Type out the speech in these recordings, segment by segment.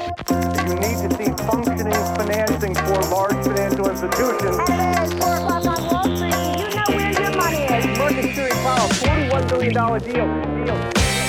You need to see functioning financing for large financial institutions. It's 4 o'clock on Wall Street. You know where your money is. Market Security Powell, $41 billion deal.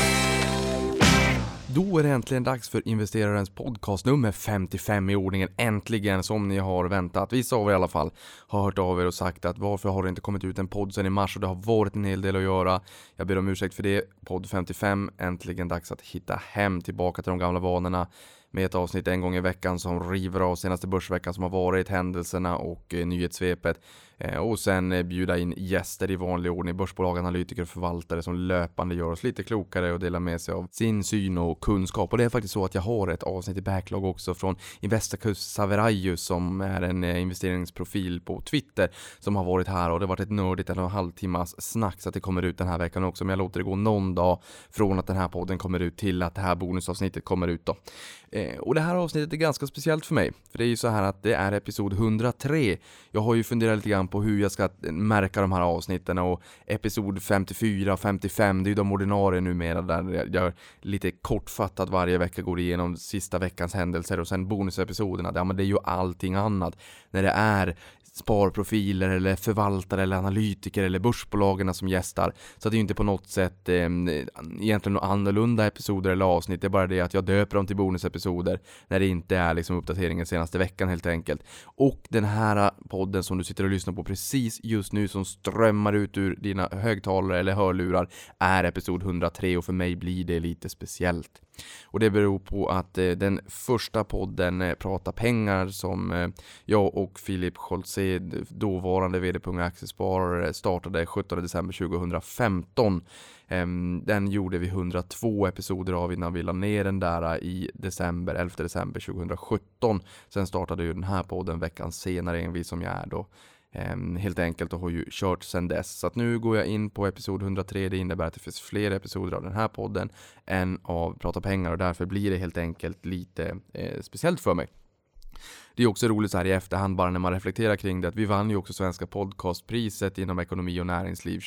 Då är det äntligen dags för investerarens podcast nummer 55 i ordningen. Äntligen, som ni har väntat. Vissa av er i alla fall har hört av er och sagt att varför har det inte kommit ut en podd sedan i mars, och det har varit en hel del att göra. Jag ber om ursäkt för det. Podd 55, äntligen dags att hitta hem tillbaka till de gamla vanorna. Med ett avsnitt en gång i veckan som river av senaste börsveckan som har varit, händelserna och nyhetssvepet. Och sen bjuda in gäster i vanlig ordning, börsbolag, analytiker och förvaltare som löpande gör oss lite klokare och delar med sig av sin syn och kunskap. Och det är faktiskt så att jag har ett avsnitt i backlog också från Investacus Saverajus, som är en investeringsprofil på Twitter som har varit här, och det har varit ett nördigt 1,5 timmars snack, så att det kommer ut den här veckan också. Men jag låter det gå någon dag från att den här podden kommer ut till att det här bonusavsnittet kommer ut då. Och det här avsnittet är ganska speciellt för mig, för det är ju så här att det är episod 103. Jag har ju funderat lite grann på hur jag ska märka de här avsnitten, och episod 54 och 55, det är ju de ordinarie numera, där jag lite kortfattat varje vecka går igenom sista veckans händelser, och sen bonusepisoderna, ja, men det är ju allting annat. När det är sparprofiler eller förvaltare eller analytiker eller börsbolagen som gästar, så det är ju inte på något sätt egentligen några annorlunda episoder eller avsnitt. Det är bara det att jag döper dem till bonusepisoder när det inte är liksom uppdateringen senaste veckan helt enkelt. Och den här podden som du sitter och lyssnar på precis just nu, som strömmar ut ur dina högtalare eller hörlurar, är episod 103, och för mig blir det lite speciellt. Och det beror på att den första podden, Prata pengar, som jag och Philip Scholze, dåvarande vd på Unga Aktiesparare, startade 17 december 2015. Den gjorde vi 102 episoder av innan vi la ner den där i 11 december 2017. Sen startade ju den här podden veckan senare, envis som jag är då. Helt enkelt, och har ju kört sedan dess. Så att nu går jag in på episod 103. Det innebär att det finns fler episoder av den här podden än av Prata pengar, och därför blir det helt enkelt lite speciellt för mig. Det är också roligt så här i efterhand, bara när man reflekterar kring det, att vi vann ju också Svenska podcastpriset inom ekonomi och näringsliv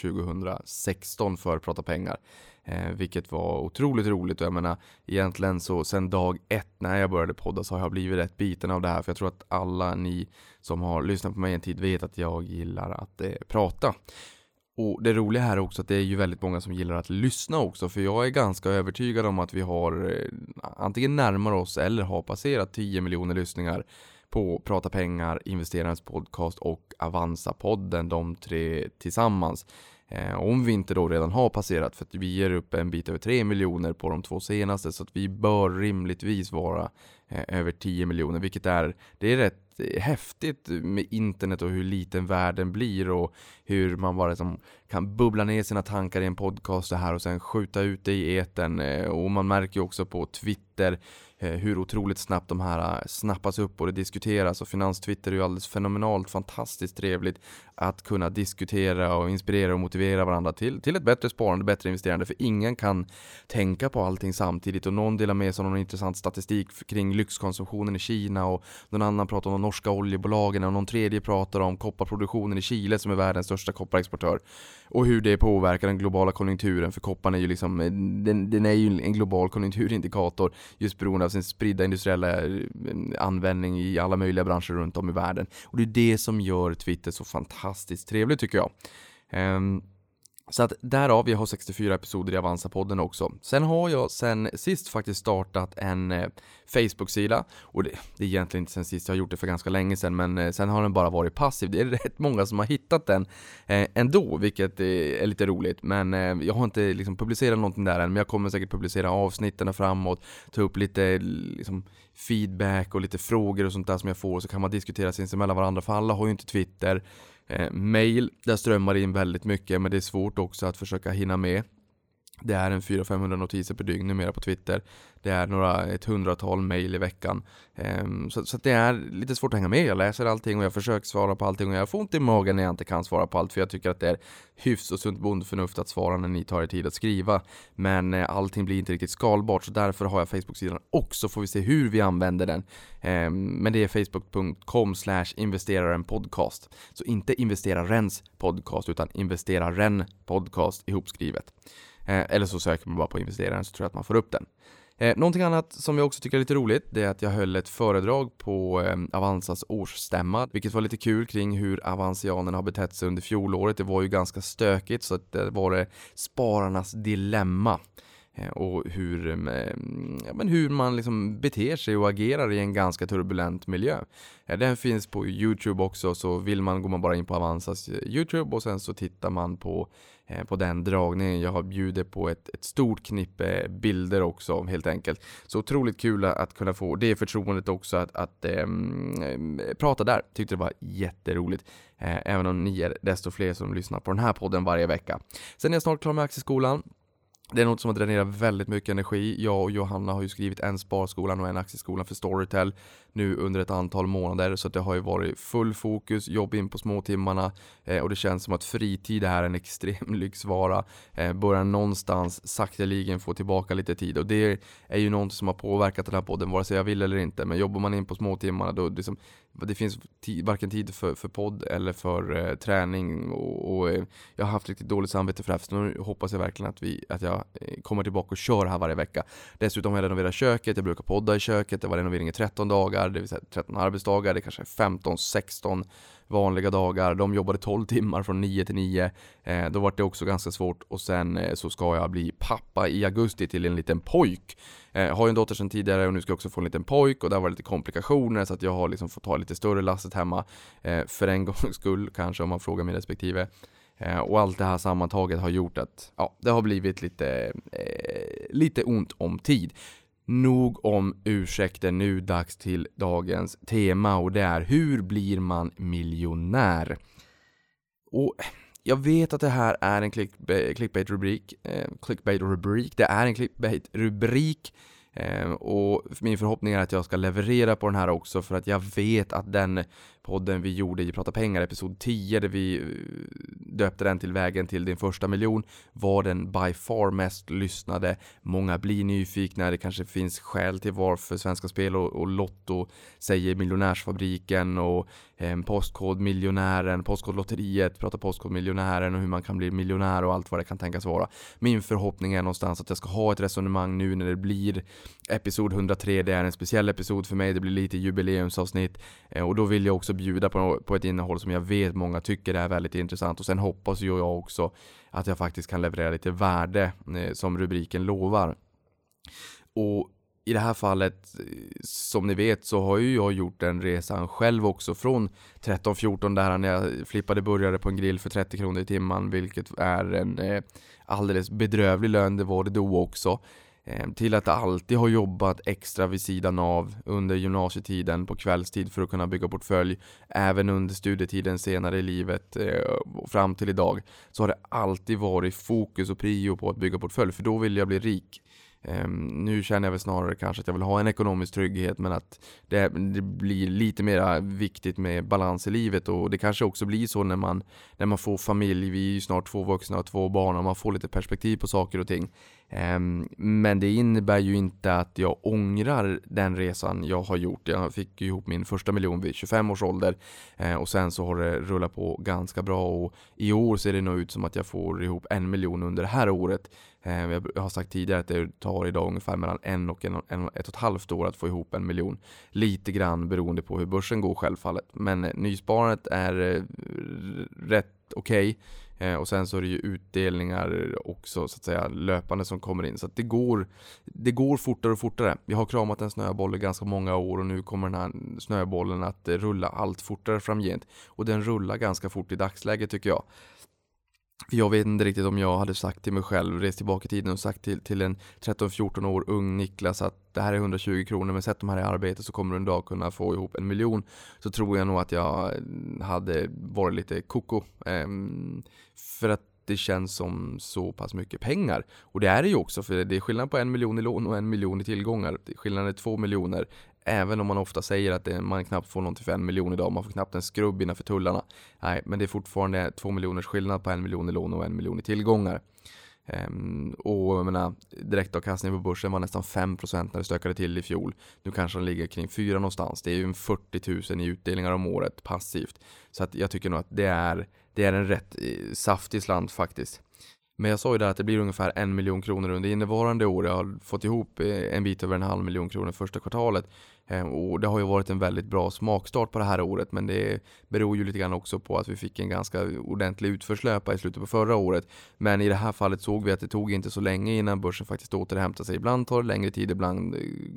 2016 för Prata pengar. Vilket var otroligt roligt, och jag menar egentligen så sen dag 1 när jag började podda så har jag blivit rätt biten av det här, för jag tror att alla ni som har lyssnat på mig en tid vet att jag gillar att prata. Och det roliga här är också att det är ju väldigt många som gillar att lyssna också, för jag är ganska övertygad om att vi har antingen närmar oss eller har passerat 10 miljoner lyssningar på Prata pengar, Investerarens podcast och Avanza-podden, de tre tillsammans. Om vi inte då redan har passerat, för att vi ger upp en bit över 3 miljoner på de 2 senaste, så att vi bör rimligtvis vara över 10 miljoner, vilket det är rätt häftigt med internet och hur liten världen blir, och hur man bara kan bubbla ner sina tankar i en podcast här och sen skjuta ut det i etern. Och man märker ju också på Twitter hur otroligt snabbt de här snappas upp och det diskuteras, och finanstwitter är ju alldeles fenomenalt, fantastiskt trevligt att kunna diskutera och inspirera och motivera varandra till ett bättre sparande, bättre investerande, för ingen kan tänka på allting samtidigt, och någon delar med sig av någon intressant statistik kring lyxkonsumtionen i Kina, och någon annan pratar om de norska oljebolagen, och någon tredje pratar om kopparproduktionen i Chile som är världens största kopparexportör, och hur det påverkar den globala konjunkturen, för kopparn är ju liksom den är ju en global konjunkturindikator just beroende av sin spridda industriella användning i alla möjliga branscher runt om i världen. Och det är det som gör Twitter så fantastiskt trevligt, tycker jag. Så att därav, jag har 64 episoder i Avanza-podden också. Sen har jag sen sist faktiskt startat en Facebook-sida. Och det är egentligen inte sen sist, jag har gjort det för ganska länge sedan. Men sen har den bara varit passiv. Det är rätt många som har hittat den ändå, vilket är lite roligt. Men jag har inte liksom publicerat någonting där än. Men jag kommer säkert publicera avsnitten framåt. Ta upp lite liksom feedback och lite frågor och sånt där som jag får. Så kan man diskutera sinsemellan varandra, för alla har ju inte Twitter. Mail, där strömmar in väldigt mycket, men det är svårt också att försöka hinna med. Det är en 400-500 notiser per dygn numera på Twitter. Det är ett 100-tal mejl i veckan. Så det är lite svårt att hänga med. Jag läser allting och jag försöker svara på allting. Och jag får inte i magen när jag inte kan svara på allt. För jag tycker att det är hyfs och sunt bondförnuft att svara när ni tar er tid att skriva. Men allting blir inte riktigt skalbart. Så därför har jag Facebook-sidan också. Får vi se hur vi använder den. Men det är facebook.com/investerarenpodcast. Så inte investerarens podcast utan investeraren podcast ihopskrivet. Eller så söker man bara på investeraren så tror jag att man får upp den. Någonting annat som jag också tycker är lite roligt, det är att jag höll ett föredrag på Avanzas årsstämma, vilket var lite kul kring hur avansianerna har betett sig under fjolåret. Det var ju ganska stökigt, så att det var spararnas dilemma. Och hur man liksom beter sig och agerar i en ganska turbulent miljö. Den finns på YouTube också, så vill man går man bara in på Avanzas YouTube och sen så tittar man på den dragningen. Jag har bjudit på ett stort knippe bilder också helt enkelt. Så otroligt kul att kunna få det förtroendet också att prata där. Tyckte det var jätteroligt. Även om ni är desto fler som lyssnar på den här podden varje vecka. Sen är jag snart klar med Aktieskolan. Det är något som har dränerat väldigt mycket energi. Jag och Johanna har ju skrivit en sparskolan och en aktieskolan för Storytel nu under ett antal månader. Så att det har ju varit full fokus, jobb in på småtimmarna. Och det känns som att fritid är en extrem lyxvara. Börjar någonstans sakteligen få tillbaka lite tid. Och det är ju något som har påverkat den här podden, vare sig jag vill eller inte. Men jobbar man in på småtimmarna då det finns varken tid för podd eller för träning. Och jag har haft riktigt dåligt samvete för det här. Så nu hoppas jag verkligen att jag kommer tillbaka och kör här varje vecka. Dessutom har jag renoverat köket. Jag brukar podda i köket. Det var renovering i 13 dagar. Det vill säga 13 arbetsdagar. Det kanske är 15-16 vanliga dagar. De jobbade 12 timmar från 9 till 9. Då var det också ganska svårt. Och sen så ska jag bli pappa i augusti till en liten pojk. Har ju en dotter sedan tidigare och nu ska jag också få en liten pojk. Och där var det lite komplikationer så att jag har liksom fått ta lite större lasset hemma. För en gångs skull kanske, om man frågar min respektive. Och allt det här sammantaget har gjort att det har blivit lite ont om tid. Nog om ursäkter, nu dags till dagens tema, och det är: hur blir man miljonär? Och jag vet att det här är en clickbait-rubrik. Det är en clickbait-rubrik. Och min förhoppning är att jag ska leverera på den här också, för att jag vet att den podden vi gjorde i Prata pengar, episod 10, där vi döpte den till Vägen till din första miljon, var den by far mest lyssnade. Många blir nyfikna, det kanske finns skäl till varför Svenska Spel och Lotto säger Miljonärsfabriken och Postkodmiljonären, Postkodlotteriet, Prata Postkodmiljonären och hur man kan bli miljonär och allt vad det kan tänkas vara. Min förhoppning är någonstans att jag ska ha ett resonemang nu när det blir episod 103. Det är en speciell episod för mig, det blir lite jubileumsavsnitt, och då vill jag också bjuda på ett innehåll som jag vet många tycker är väldigt intressant, och sen hoppas jag också att jag faktiskt kan leverera lite värde som rubriken lovar. Och i det här fallet, som ni vet, så har ju jag gjort den resan själv också från 13-14 där när jag flippade burgare på en grill för 30 kronor i timmen, vilket är en alldeles bedrövlig lön, det var det då också. Till att jag alltid har jobbat extra vid sidan av under gymnasietiden på kvällstid för att kunna bygga portfölj. Även under studietiden senare i livet fram till idag så har det alltid varit fokus och prio på att bygga portfölj, för då vill jag bli rik. Nu känner jag väl snarare kanske att jag vill ha en ekonomisk trygghet, men att det blir lite mer viktigt med balans i livet, och det kanske också blir så när man får familj. Vi är ju snart 2 vuxna och 2 barn, och man får lite perspektiv på saker och ting. Men det innebär ju inte att jag ångrar den resan jag har gjort. Jag fick ju ihop min första miljon vid 25 års ålder, och sen så har det rullat på ganska bra, och i år ser det nog ut som att jag får ihop 1 miljon under det här året. Jag har sagt tidigare att det tar idag ungefär mellan 1 och 1,5 år att få ihop 1 miljon. Lite grann beroende på hur börsen går självfallet. Men nysparandet är rätt okej. Och sen så är det ju utdelningar också så att säga löpande som kommer in. Så att det går fortare och fortare. Vi har kramat en snöboll i ganska många år, och nu kommer den här snöbollen att rulla allt fortare framgent. Och den rullar ganska fort i dagsläget tycker jag. Jag vet inte riktigt om jag hade sagt till mig själv, rest tillbaka i tiden och sagt till en 13-14 år ung Niklas att det här är 120 kronor, men sätt de här i arbete så kommer du en dag kunna få ihop 1 miljon. Så tror jag nog att jag hade varit lite koko. För att det känns som så pass mycket pengar. Och det är det ju också, för det är skillnad på 1 miljon i lån och 1 miljon i tillgångar. Skillnaden är 2 miljoner. Även om man ofta säger att man knappt får någonting för 1 miljon idag. Man får knappt en skrubb innanför tullarna. Nej, men det är fortfarande 2 miljoners skillnad på 1 miljon i lån och 1 miljon i tillgångar. Och jag menar, direktavkastningen på börsen var nästan 5% när det stökade till i fjol. Nu kanske den ligger kring 4 någonstans. Det är ju 40 000 i utdelningar om året passivt. Så att jag tycker nog att det är en rätt saftig slant faktiskt. Men jag sa ju där att det blir ungefär 1 miljon kronor under innevarande år. Jag har fått ihop en bit över 0,5 miljon kronor första kvartalet. Och det har ju varit en väldigt bra smakstart på det här året. Men det beror ju lite grann också på att vi fick en ganska ordentlig utförslöpa i slutet på förra året. Men i det här fallet såg vi att det tog inte så länge innan börsen faktiskt återhämtade sig. Ibland tar det längre tid, ibland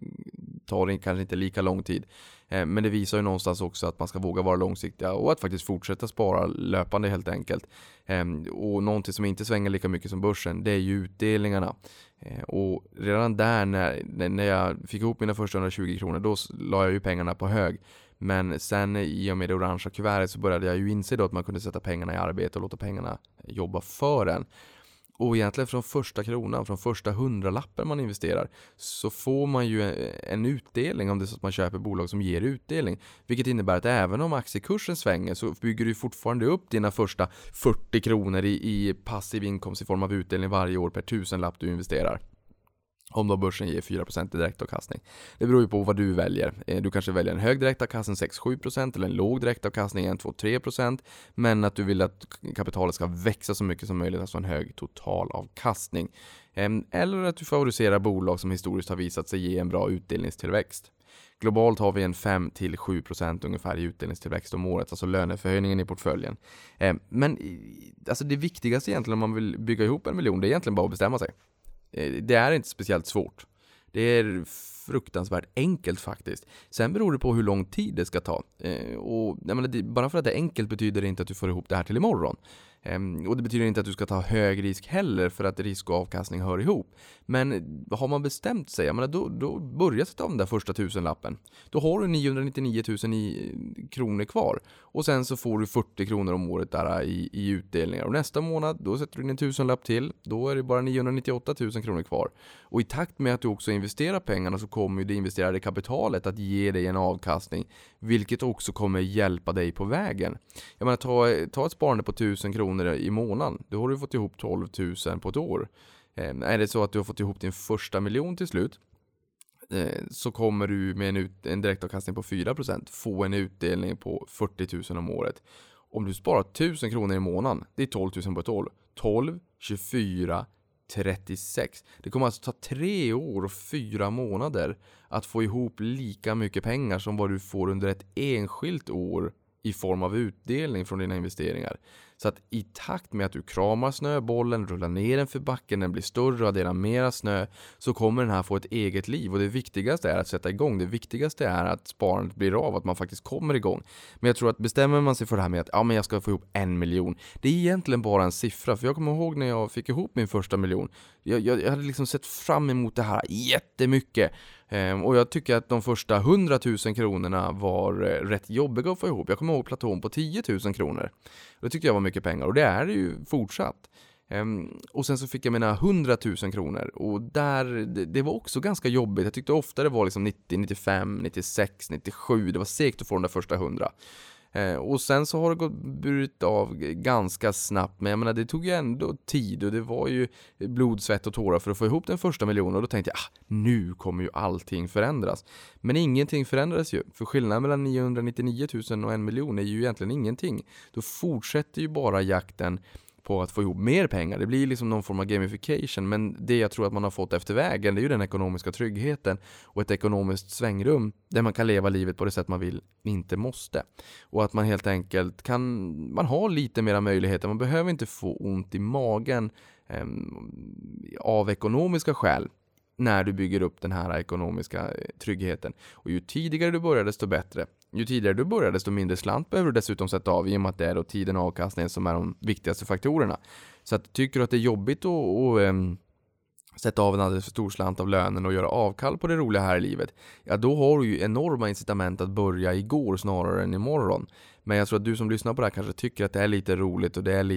tar det kanske inte lika lång tid. Men det visar ju någonstans också att man ska våga vara långsiktiga och att faktiskt fortsätta spara löpande helt enkelt. Och någonting som inte svänger lika mycket som börsen, det är ju utdelningarna. Och redan där när jag fick ihop mina första 120 kronor, då la jag ju pengarna på hög. Men sen i och med det orangea kuvertet så började jag ju inse då att man kunde sätta pengarna i arbete och låta pengarna jobba för en. Och egentligen från första kronan, från första 100-lappen man investerar, så får man ju en utdelning om det är så att man köper bolag som ger utdelning. Vilket innebär att även om aktiekursen svänger så bygger du fortfarande upp dina första 40 kronor i passiv inkomst i form av utdelning varje år per 1000-lapp du investerar. Om då börsen ger 4% i direktavkastning. Det beror ju på vad du väljer. Du kanske väljer en hög direktavkastning 6-7% eller en låg direktavkastning 1-2-3%. Men att du vill att kapitalet ska växa så mycket som möjligt, alltså en hög totalavkastning. Eller att du favoriserar bolag som historiskt har visat sig ge en bra utdelningstillväxt. Globalt har vi en 5-7% ungefär i utdelningstillväxt om året, alltså löneförhöjningen i portföljen. Men alltså det viktigaste egentligen om man vill bygga ihop 1 miljon, det är egentligen bara att bestämma sig. Det är inte speciellt svårt. Det är fruktansvärt enkelt faktiskt. Sen beror det på hur lång tid det ska ta. Och jag menar, bara för att det är enkelt betyder det inte att du får ihop det här till imorgon. Och det betyder inte att du ska ta hög risk heller, för att risk och avkastning hör ihop. Men har man bestämt sig, jag menar, då börjar sätta av den där första 1000-lappen. Då har du 999 000 kronor kvar. Och sen så får du 40 kronor om året där i utdelningar. Och nästa månad, då sätter du in en 1000-lapp till. Då är det bara 998 000 kronor kvar. Och i takt med att du också investerar pengarna så kommer ju det investerade kapitalet att ge dig en avkastning. Vilket också kommer hjälpa dig på vägen. Jag menar, ta ett sparande på 1000 kronor i månaden. Då har du fått ihop 12 000 på ett år. Är det så att du har fått ihop din första miljon till slut, så kommer du med en direktavkastning på 4% få en utdelning på 40 000 om året. Om du sparar 1000 kronor i månaden, det är 12 000 på ett år. 12, 24, 36. Det kommer alltså ta 3 år och 4 månader att få ihop lika mycket pengar som vad du får under ett enskilt år i form av utdelning från dina investeringar. Så att i takt med att du kramar snöbollen, rullar ner den för backen, den blir större och adderar mera snö, så kommer den här få ett eget liv. Och det viktigaste är att sätta igång. Det viktigaste är att sparandet blir av, att man faktiskt kommer igång. Men jag tror att bestämmer man sig för det här med att men jag ska få ihop 1 miljon. Det är egentligen bara en siffra. För jag kommer ihåg när jag fick ihop min första miljon. Jag hade liksom sett fram emot det här jättemycket. Och jag tycker att de första 100 000 kronorna var rätt jobbiga att få ihop. Jag kommer ihåg platån på 10 000 kronor. Det tyckte jag var mycket pengar, och det är det ju fortsatt. Och sen så fick jag mina 100 000 kronor, och det var också ganska jobbigt. Jag tyckte ofta det var liksom 90, 95, 96, 97. Det var segt att få de där första 100. Och sen så har det burit av ganska snabbt. Men jag menar, det tog ju ändå tid, och det var ju blod, svett och tårar för att få ihop den första miljonen. Och då tänkte jag, nu kommer ju allting förändras. Men ingenting förändrades ju. För skillnaden mellan 999 000 och 1 miljon är ju egentligen ingenting. Då fortsätter ju bara jakten på att få ihop mer pengar. Det blir liksom någon form av gamification, men det jag tror att man har fått efter vägen, det är ju den ekonomiska tryggheten och ett ekonomiskt svängrum där man kan leva livet på det sätt man vill, inte måste. Och att man helt enkelt man har lite mera möjligheter. Man behöver inte få ont i magen av ekonomiska skäl när du bygger upp den här ekonomiska tryggheten. Och ju tidigare du börjar, desto bättre. Ju tidigare du börjar, desto mindre slant behöver du dessutom sätta av, i och med att det är då tiden och avkastningen som är de viktigaste faktorerna. Så att tycker du att det är jobbigt att sätta av en alldeles för stor slant av lönen och göra avkall på det roliga här i livet, ja, då har du ju enorma incitament att börja igår snarare än imorgon. Men jag tror att du som lyssnar på det här kanske tycker att det är lite roligt, och det är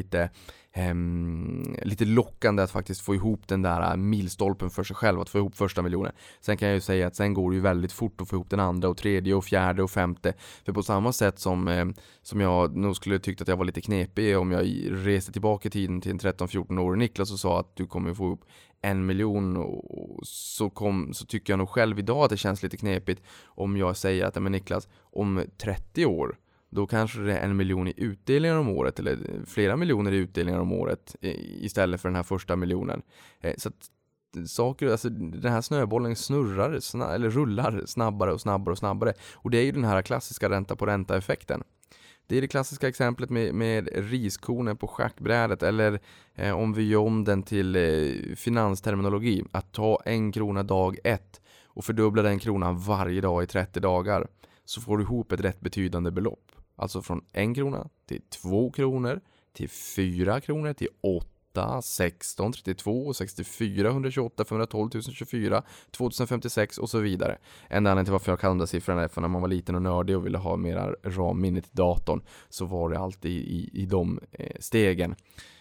lite lockande att faktiskt få ihop den där milstolpen för sig själv, att få ihop första miljonen. Sen kan jag ju säga att sen går det ju väldigt fort att få ihop den andra och tredje och fjärde och femte. För på samma sätt som jag nog skulle tyckt att jag var lite knepig om jag reste tillbaka i tiden till en 13-14 år, Niklas, och sa att du kommer få ihop 1 miljon, och så tycker jag nog själv idag att det känns lite knepigt om jag säger att men Niklas, om 30 år då kanske det är 1 miljon i utdelningar om året eller flera miljoner i utdelningar om året istället för den här första miljonen. Så att saker, alltså den här snöbollen snurrar eller rullar snabbare och snabbare och snabbare. Och det är ju den här klassiska ränta på ränta-effekten. Det är det klassiska exemplet med riskonen på schackbrädet, eller om vi gör om den till finansterminologi, att ta 1 krona dag 1 och fördubbla den kronan varje dag i 30 dagar, så får du ihop ett rätt betydande belopp. Alltså från 1 krona till 2 kronor, till 4 kronor, till 8, 16, 32, 64, 128, 512 024, 2056 och så vidare. En anledning till varför jag kallar de där siffrorna är för när man var liten och nördig och ville ha mera RAM-minne till datorn, så var det alltid i de stegen.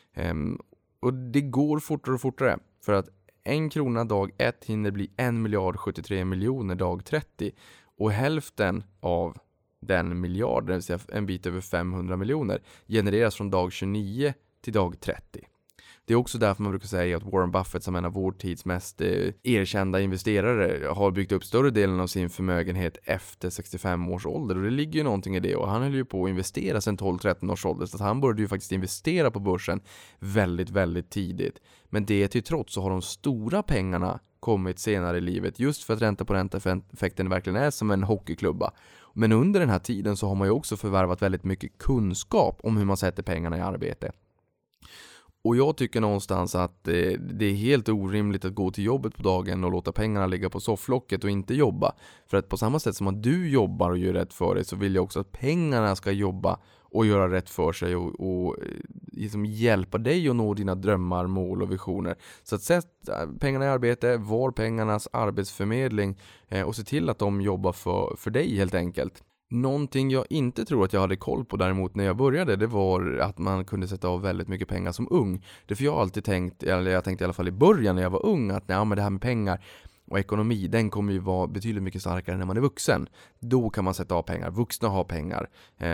Och det går fortare och fortare, för att 1 krona dag 1 hinner bli 1,073 miljoner dag 30, och hälften av den miljarden, det vill säga en bit över 500 miljoner, genereras från dag 29 till dag 30. Det är också därför man brukar säga att Warren Buffett, som en av vår tids mest erkända investerare, har byggt upp större delen av sin förmögenhet efter 65 års ålder. Och det ligger ju någonting i det. Och han höll ju på att investera sedan 12-13 års ålder. Så att han började ju faktiskt investera på börsen väldigt, väldigt tidigt. Men det till trots så har de stora pengarna kommit senare i livet. Just för att ränta på ränta-effekten verkligen är som en hockeyklubba. Men under den här tiden så har man ju också förvärvat väldigt mycket kunskap om hur man sätter pengarna i arbete. Och jag tycker någonstans att det är helt orimligt att gå till jobbet på dagen och låta pengarna ligga på sofflocket och inte jobba. För att på samma sätt som att du jobbar och gör rätt för dig, så vill jag också att pengarna ska jobba och göra rätt för sig och liksom hjälpa dig att nå dina drömmar, mål och visioner. Så att sätt pengarna i arbete, var pengarnas arbetsförmedling och se till att de jobbar för dig helt enkelt. Någonting jag inte tror att jag hade koll på däremot när jag började, det var att man kunde sätta av väldigt mycket pengar som ung. Det för jag har alltid tänkt, eller jag tänkte i alla fall i början när jag var ung, att men det här med pengar och ekonomi, den kommer ju vara betydligt mycket starkare när man är vuxen. Då kan man sätta av pengar, vuxna har pengar.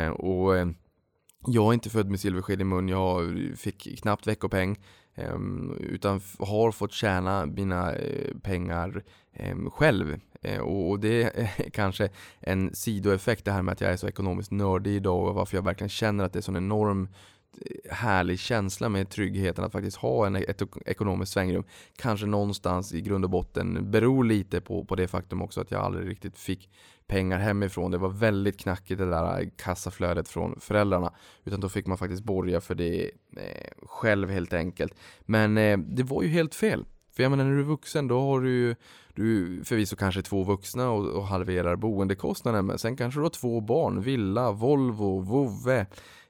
Jag är inte född med silversked i mun, jag fick knappt veckopeng. Utan har fått tjäna mina pengar själv. Och det är kanske en sidoeffekt, det här med att jag är så ekonomiskt nördig idag, och varför jag verkligen känner att det är sån enorm härlig känsla med tryggheten att faktiskt ha ett ekonomiskt svängrum. Kanske någonstans i grund och botten beror lite på det faktum också att jag aldrig riktigt fick pengar hemifrån. Det var väldigt knackigt det där kassaflödet från föräldrarna, utan då fick man faktiskt borga för det själv helt enkelt. Men det var ju helt fel. För jag menar, när du är vuxen, då har du förvisso kanske 2 vuxna och halverar boendekostnaden, men sen kanske du har 2 barn, villa, Volvo, vovve,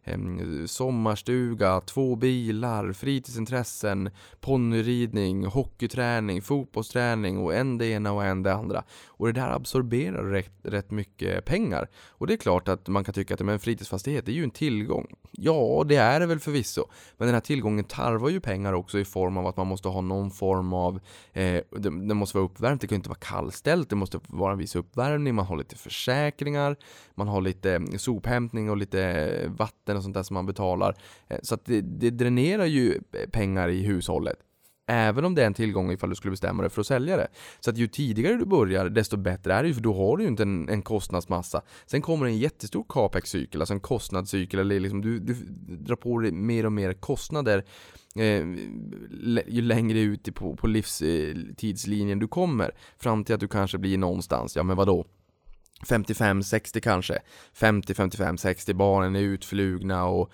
sommarstuga, 2 bilar, fritidsintressen, ponnyridning, hockeyträning, fotbollsträning och en det ena och en det andra. Och det där absorberar rätt mycket pengar. Och det är klart att man kan tycka att en fritidsfastighet är ju en tillgång. Ja, det är det väl förvisso. Men den här tillgången tarvar ju pengar också i form av att man måste ha någon form av det måste vara uppvärmt, det kan inte vara kallställt, det måste vara en viss uppvärmning, man har lite försäkringar, man har lite sophämtning och lite vatten och sånt där som man betalar. Så att det dränerar ju pengar i hushållet. Även om det är en tillgång ifall du skulle bestämma dig för att sälja det. Så att ju tidigare du börjar, desto bättre är det ju, för då har du ju inte en kostnadsmassa. Sen kommer en jättestor capex-cykel, alltså en kostnadscykel, eller liksom du drar på dig mer och mer kostnader ju längre ut på livstidslinjen du kommer, fram till att du kanske blir någonstans, ja men vadå? 55-60 kanske. 50-55-60 barnen är utflugna och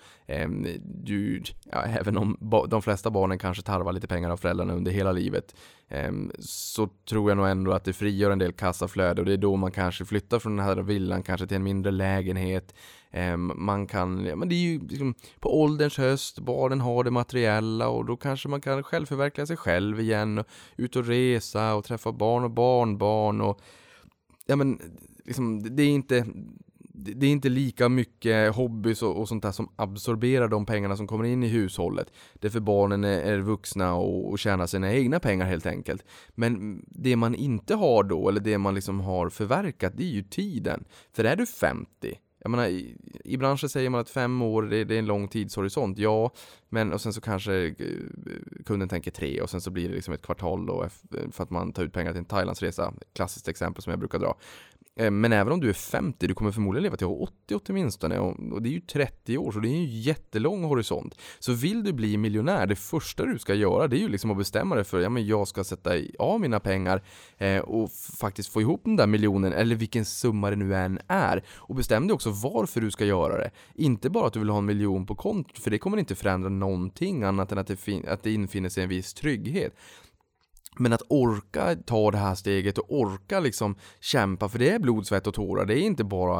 även om de flesta barnen kanske tarvar lite pengar av föräldrarna under hela livet, så tror jag nog ändå att det frigör en del kassaflöde, och det är då man kanske flyttar från den här villan kanske till en mindre lägenhet. Man kan, men det är ju liksom på ålderns höst, barnen har det materiella, och då kanske man kan själv förverkliga sig själv igen och ut och resa och träffa barn och barnbarn, och ja men liksom, det är inte lika mycket hobbys och sånt där som absorberar de pengarna som kommer in i hushållet. Det är för barnen är vuxna och tjänar sina egna pengar helt enkelt. Men det man inte har då, eller det man liksom har förverkat, det är ju tiden. För är du 50, jag menar, i branschen säger man att 5 år det är en lång tidshorisont. Ja, men och sen så kanske kunden tänker 3, och sen så blir det liksom ett kvartal då för att man tar ut pengar till en Thailandsresa. Klassiskt exempel som jag brukar dra. Men även om du är 50, du kommer förmodligen leva till 80 åtminstone, och det är ju 30 år, så det är ju en jättelång horisont. Så vill du bli miljonär, det första du ska göra, det är ju liksom att bestämma dig för, men jag ska sätta av mina pengar och faktiskt få ihop den där miljonen, eller vilken summa det nu än är. Och bestäm dig också varför du ska göra det. Inte bara att du vill ha 1 miljon på kontot, för det kommer inte förändra någonting annat än att det infinner sig en viss trygghet. Men att orka ta det här steget och orka liksom kämpa, för det är blod, svett och tårar. Det är inte bara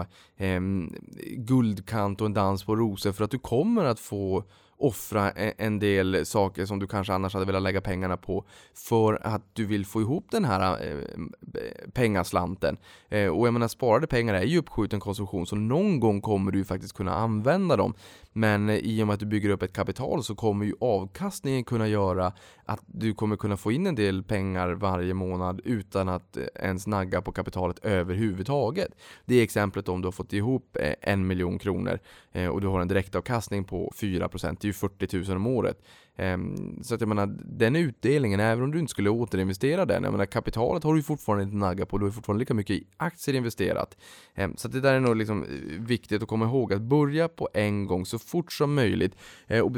guldkant och en dans på rosor, för att du kommer att få offra en del saker som du kanske annars hade velat lägga pengarna på för att du vill få ihop den här pengaslanten. Och jag menar, sparade pengar är ju uppskjuten konsumtion, så någon gång kommer du faktiskt kunna använda dem. Men i och med att du bygger upp ett kapital så kommer ju avkastningen kunna göra att du kommer kunna få in en del pengar varje månad utan att ens nagga på kapitalet överhuvudtaget. Det är exemplet om du har fått ihop 1 miljon kronor och du har en direktavkastning på 4%. Det är ju 40 000 om året. Så att jag menar, den utdelningen, även om du inte skulle återinvestera den, jag menar, kapitalet har du fortfarande inte nagga på, du har fortfarande lika mycket i aktier investerat. Så att det där är nog liksom viktigt att komma ihåg, att börja på en gång så fort som möjligt och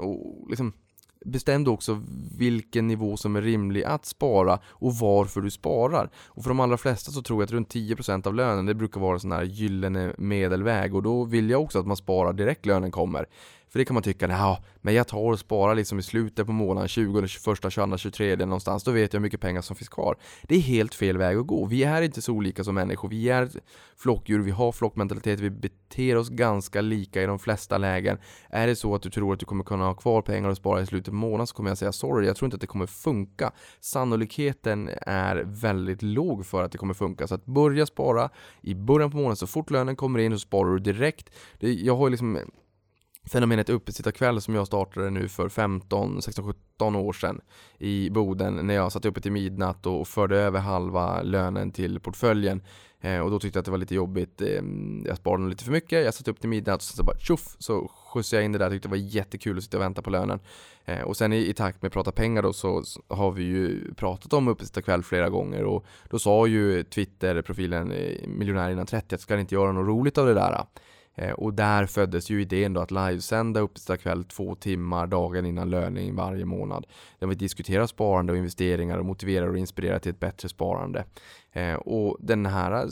bestäm också vilken nivå som är rimlig att spara och varför du sparar. Och för de allra flesta så tror jag att runt 10% av lönen, det brukar vara sån här gyllene medelväg, och då vill jag också att man sparar direkt lönen kommer. För det kan man tycka, men jag tar och sparar liksom i slutet på månaden, 20, 21, 22, 23 någonstans, då vet jag hur mycket pengar som finns kvar. Det är helt fel väg att gå. Vi är inte så olika som människor. Vi är flockdjur, vi har flockmentalitet, vi beter oss ganska lika i de flesta lägen. Är det så att du tror att du kommer kunna ha kvar pengar och spara i slutet på månaden, så kommer jag säga sorry, jag tror inte att det kommer funka. Sannolikheten är väldigt låg för att det kommer funka. Så att börja spara i början på månaden, så fort lönen kommer in, så sparar du direkt. Jag har liksom fenomenet uppesittarkväll som jag startade nu för 15, 16, 17 år sedan i Boden, när jag satt uppe till midnatt och förde över halva lönen till portföljen. Och då tyckte jag att det var lite jobbigt. Jag sparade lite för mycket. Jag satt upp till midnatt och så bara tjoff, så skjutsade jag in det där. Jag tyckte det var jättekul att sitta och vänta på lönen. Och sen i takt med Prata pengar då, så har vi ju pratat om uppesittarkväll flera gånger. Och då sa ju Twitter-profilen miljonär innan 30 att ska inte göra något roligt av det där. Och där föddes ju idén då att livesända uppesittarkväll 2 timmar dagen innan löning varje månad. Där vi diskuterar sparande och investeringar och motiverar och inspirerar till ett bättre sparande. Och den här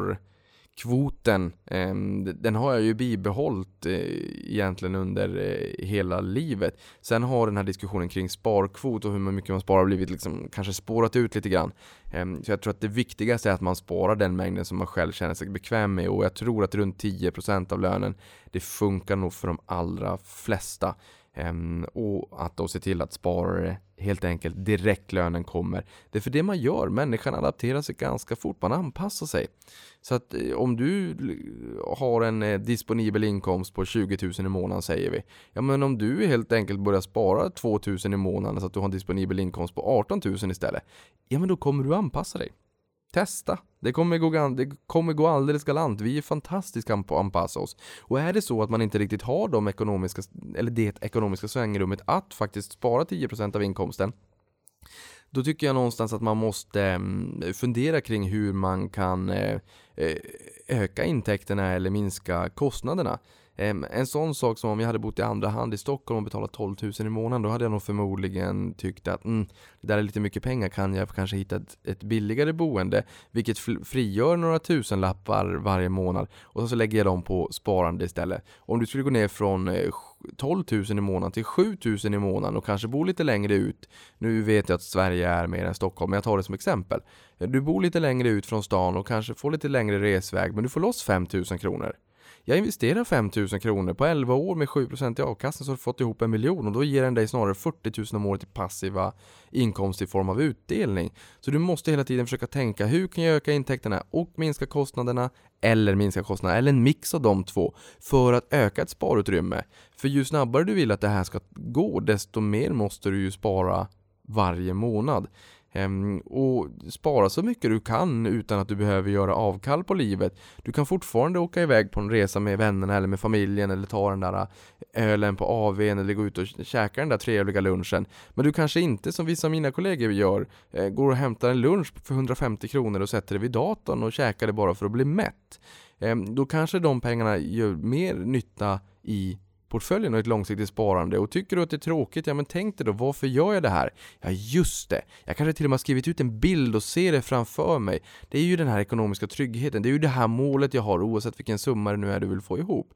sparkvoten, den har jag ju bibehållit egentligen under hela livet. Sen har den här diskussionen kring sparkvot och hur mycket man sparar blivit liksom kanske spårat ut lite grann. Så jag tror att det viktigaste är att man sparar den mängden som man själv känner sig bekväm med, och jag tror att runt 10% av lönen, det funkar nog för de allra flesta. Och att då se till att spara det helt enkelt direkt lönen kommer. Det är för det man gör. Människan adapterar sig ganska fort. Man anpassar sig. Så att om du har en disponibel inkomst på 20 000 i månaden, säger vi. Ja, men om du helt enkelt börjar spara 2 000 i månaden så att du har en disponibel inkomst på 18 000 istället. Ja, men då kommer du anpassa dig. Testa. Det kommer gå alldeles galant. Vi är fantastiska på att anpassa oss. Och är det så att man inte riktigt har det ekonomiska svängrummet att faktiskt spara 10% av inkomsten, då tycker jag någonstans att man måste fundera kring hur man kan öka intäkterna eller minska kostnaderna. En sån sak som om jag hade bott i andra hand i Stockholm och betalat 12 000 i månaden, då hade jag nog förmodligen tyckt att det där är lite mycket pengar, kan jag kanske hitta ett billigare boende, vilket frigör några tusenlappar varje månad, och så lägger jag dem på sparande istället. Om du skulle gå ner från 12 000 i månaden till 7 000 i månaden och kanske bo lite längre ut, nu vet jag att Sverige är mer än Stockholm, men jag tar det som exempel. Du bor lite längre ut från stan och kanske får lite längre resväg, men du får loss 5 000 kronor. Jag investerar 5 000 kronor på 11 år med 7% i avkastning, så har du fått ihop 1 miljon, och då ger den dig snarare 40 000 om året i passiva inkomst i form av utdelning. Så du måste hela tiden försöka tänka, hur kan jag öka intäkterna och minska kostnaderna, eller en mix av de två för att öka ett sparutrymme. För ju snabbare du vill att det här ska gå, desto mer måste du ju spara varje månad. Och spara så mycket du kan utan att du behöver göra avkall på livet. Du kan fortfarande åka iväg på en resa med vännerna eller med familjen, eller ta den där ölen på AW:n, eller gå ut och käka den där trevliga lunchen. Men du kanske inte, som vissa av mina kollegor gör, går och hämtar en lunch för 150 kronor och sätter det vid datorn och käkar det bara för att bli mätt. Då kanske de pengarna gör mer nytta i portföljen och ett långsiktigt sparande. Och tycker du att det är tråkigt, ja men tänk dig då, varför gör jag det här? Ja just det, jag kanske till och med har skrivit ut en bild och ser det framför mig. Det är ju den här ekonomiska tryggheten, det är ju det här målet jag har, oavsett vilken summa det nu är du vill få ihop.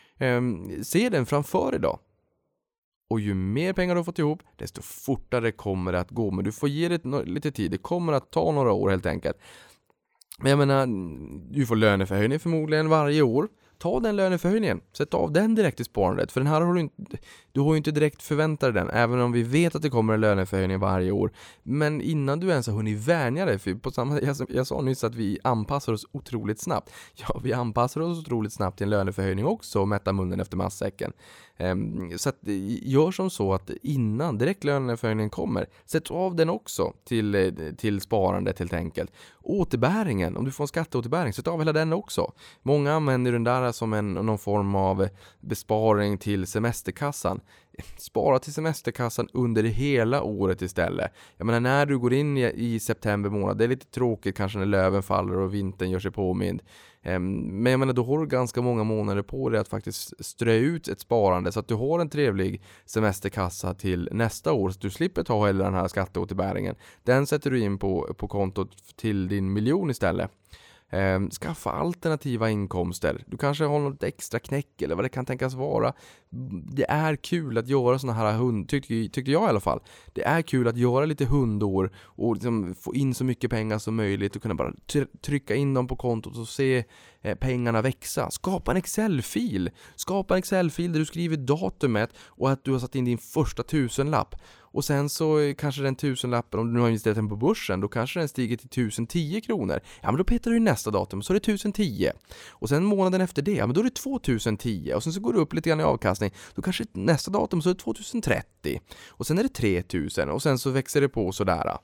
Se den framför dig då. Och ju mer pengar du har fått ihop, desto fortare kommer det att gå. Men du får ge det lite tid, det kommer att ta några år helt enkelt. Men jag menar, du får löneförhöjning förmodligen varje år. Ta den löneförhöjningen, sätt av den direkt i sparandet. För den här har du har ju inte direkt förväntat dig den, även om vi vet att det kommer en löneförhöjning varje år. Men innan du ens har hunnit vänja dig, för jag sa nyss att vi anpassar oss otroligt snabbt. Ja, vi anpassar oss otroligt snabbt till en löneförhöjning också och mätta munnen efter matsäcken. Så att gör som så att innan direkt löneförhöjningen kommer, sätt av den också till sparandet helt enkelt. Återbäringen, om du får en skatteåterbäring, sätt av hela den också. Många använder den där som någon form av besparing till semesterkassan. Spara till semesterkassan under hela året istället. Jag menar, när du går in i september månad, det är lite tråkigt kanske när löven faller och vintern gör sig påmind. Men jag menar, då har du ganska många månader på dig att faktiskt strö ut ett sparande så att du har en trevlig semesterkassa till nästa år, så att du slipper ta hela den här skatteåterbäringen. Den sätter du in på kontot till din miljon istället. Skaffa alternativa inkomster. Du kanske har något extra knäck eller vad det kan tänkas vara. Det är kul att göra såna här tyckte jag i alla fall. Det är kul att göra lite hundår och liksom få in så mycket pengar som möjligt och kunna bara trycka in dem på kontot och se pengarna växa. Skapa en Excel-fil där du skriver datumet och att du har satt in din första 1000-lapp. Och sen så kanske den 1000-lappen, om du nu har investerat den på börsen, då kanske den stiger till 1010 kronor. Ja, men då petar du i nästa datum, så är det 1010. Och sen månaden efter det, ja men då är det 2010. Och sen så går du upp lite grann i avkastning. Då kanske nästa datum så är det 2030. Och sen är det 3000. Och sen så växer det på sådär.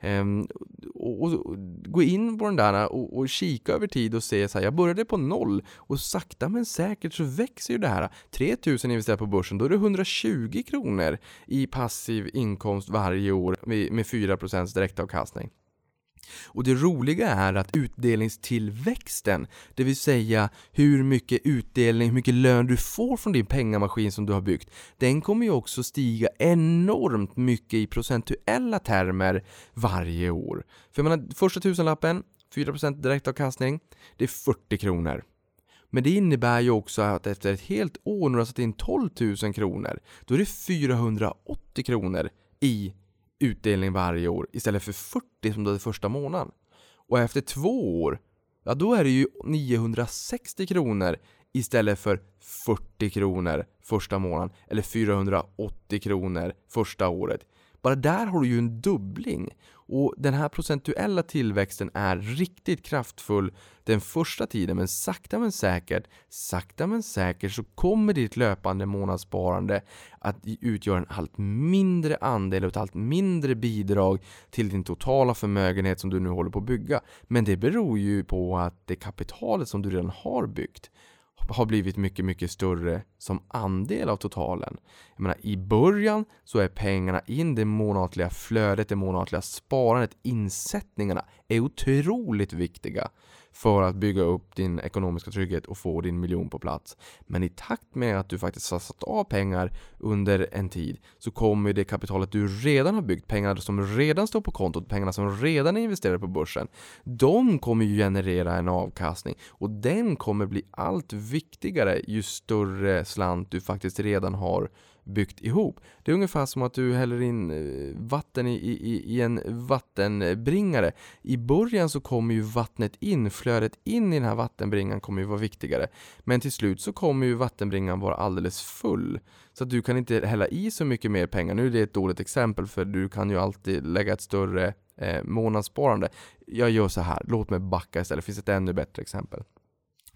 Och gå in på den där och kika över tid och se så här, jag började på 0 och sakta men säkert så växer ju det här. 3000 investerat på börsen, då är det 120 kronor i passiv inkomst varje år med 4% direktavkastning. Och det roliga är att utdelningstillväxten, det vill säga hur mycket utdelning, hur mycket lön du får från din pengamaskin som du har byggt, den kommer ju också stiga enormt mycket i procentuella termer varje år. För jag menar, första 1000-lappen, 4% direktavkastning, det är 40 kronor. Men det innebär ju också att efter ett helt år när du har satt in 12 000 kronor, då är det 480 kronor i utdelning varje år istället för 40 som det är första månaden. Och efter 2 år, ja då är det ju 960 kronor istället för 40 kronor första månaden eller 480 kronor första året. Bara där har du ju en dubbling. Och den här procentuella tillväxten är riktigt kraftfull den första tiden, men sakta men säkert så kommer ditt löpande månadssparande att utgöra en allt mindre andel och ett allt mindre bidrag till din totala förmögenhet som du nu håller på att bygga. Men det beror ju på att det kapitalet som du redan har byggt har blivit mycket, mycket större som andel av totalen. Jag menar, i början så är pengarna in, det månatliga flödet, det månatliga sparandet, insättningarna är otroligt viktiga för att bygga upp din ekonomiska trygghet och få din miljon på plats. Men i takt med att du faktiskt har satt av pengar under en tid så kommer det kapitalet du redan har byggt, pengarna som redan står på kontot, pengarna som redan är investerade på börsen, de kommer ju generera en avkastning och den kommer bli allt viktigare ju större slant du faktiskt redan har byggt ihop. Det är ungefär som att du häller in vatten i en vattenbringare. I början så kommer ju vattnet in, flödet in i den här vattenbringan kommer ju vara viktigare. Men till slut så kommer ju vattenbringan vara alldeles full. Så att du kan inte hälla i så mycket mer pengar. Nu är det ett dåligt exempel för du kan ju alltid lägga ett större månadssparande. Jag gör så här, låt mig backa istället. Det finns ett ännu bättre exempel.